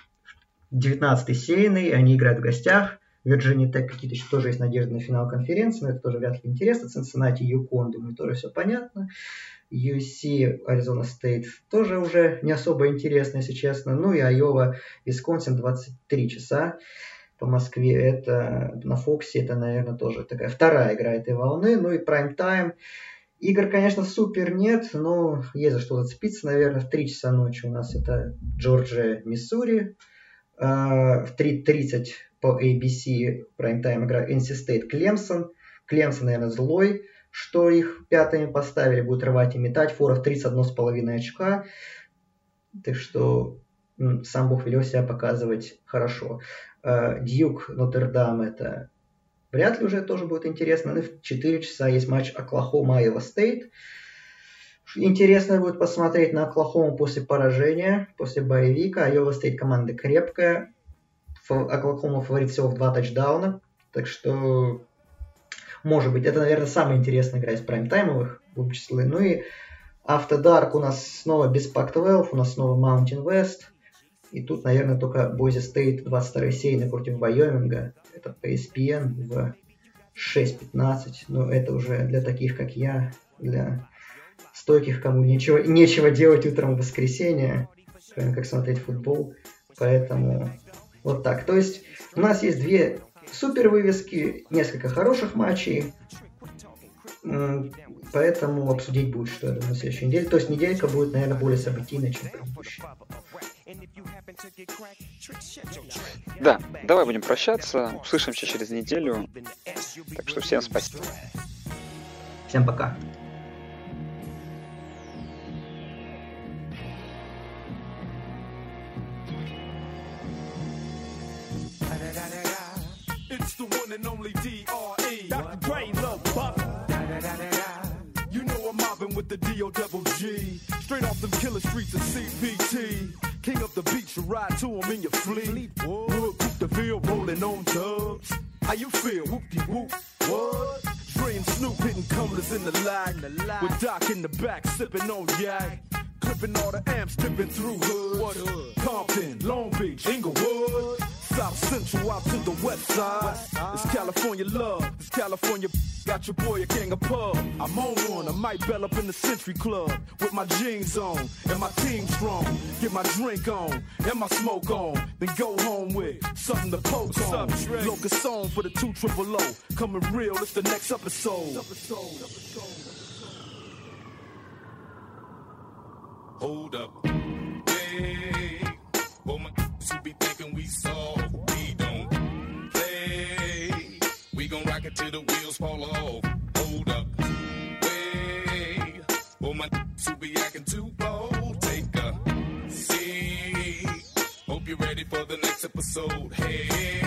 19-й сейный, они играют в гостях. Вирджиния Тек какие-то еще тоже есть надежды на финал конференции, но это тоже вряд ли интересно. Цинциннати, Юкон, думаю, тоже все понятно. USC, Аризона Стейт тоже уже не особо интересно, если честно. Ну и Айова, Висконсин, 23 часа по Москве. Это на Фоксе, это, наверное, тоже такая вторая игра этой волны. Ну и прайм-тайм. Игр, конечно, супер нет, но есть за что зацепиться, наверное. В 3 часа ночи у нас это Джорджия, Миссури. В 3:30 по ABC прайм-тайм игра NC State, Клемсон. Клемсон, наверное, злой, что их пятыми поставили, будет рвать и метать. Форов 31,5 очка. Так что сам Бог велел себя показывать хорошо. Дьюк, Нотр-Дам, это вряд ли уже тоже будет интересно. Ну, в 4 часа есть матч Оклахома, Айова Стейт. Интересно будет посмотреть на Оклахому после поражения, после боевика. Айова Стейт команда крепкая. Оклахома фаворит всего в 2 тачдауна. Так что, может быть, это, наверное, самая интересная игра из прайм-таймовых в общем числе. Ну и After Dark у нас снова без Pac-12, у нас снова Mountain West. И тут, наверное, только Boise State 22-й сейный против Вайоминга. Это по ESPN в 6:15. Но это уже для таких, как я, для стойких, кому нечего делать утром в воскресенье, кроме как смотреть футбол. Поэтому вот так. То есть у нас есть 2 супер вывески, несколько хороших матчей. Поэтому обсудить будет, что я думаю, на следующей неделе. То есть неделька будет, наверное, более событийной, чем предыдущая. Да, давай будем прощаться. Услышимся через неделю. Так что всем спасибо. Всем пока. It's the one and only D.R.E. Dr. Dre, Lil Buck. You know I'm mobbing with the D.O.G. Straight off them killer streets of CPT. King up the beach, you ride to him in your fleet. Wood, poop the field, rolling on dubs. How you feel? Whoop-de-whoop. What? Dre and Snoop hitting cumblers in the lag. With Doc in the back, sipping on yak. Clipping all the amps, dipping through hood. What hood? Compton, Long Beach, Inglewood. South Central out to the west side. It's California love. It's California. Got your boy a king of pub. I'm on one. I might bell up in the Century Club with my jeans on and my team strong. Get my drink on and my smoke on. Then go home with something to poke on. Locust song for the 200. Coming real. It's the next episode. Hold up. Hey. Oh my, you be thinking we soft. We don't play. We gon' rock it till the wheels fall off. Hold up. Wait. my who be acting too bold, take a seat. Hope you're ready for the next episode. Hey.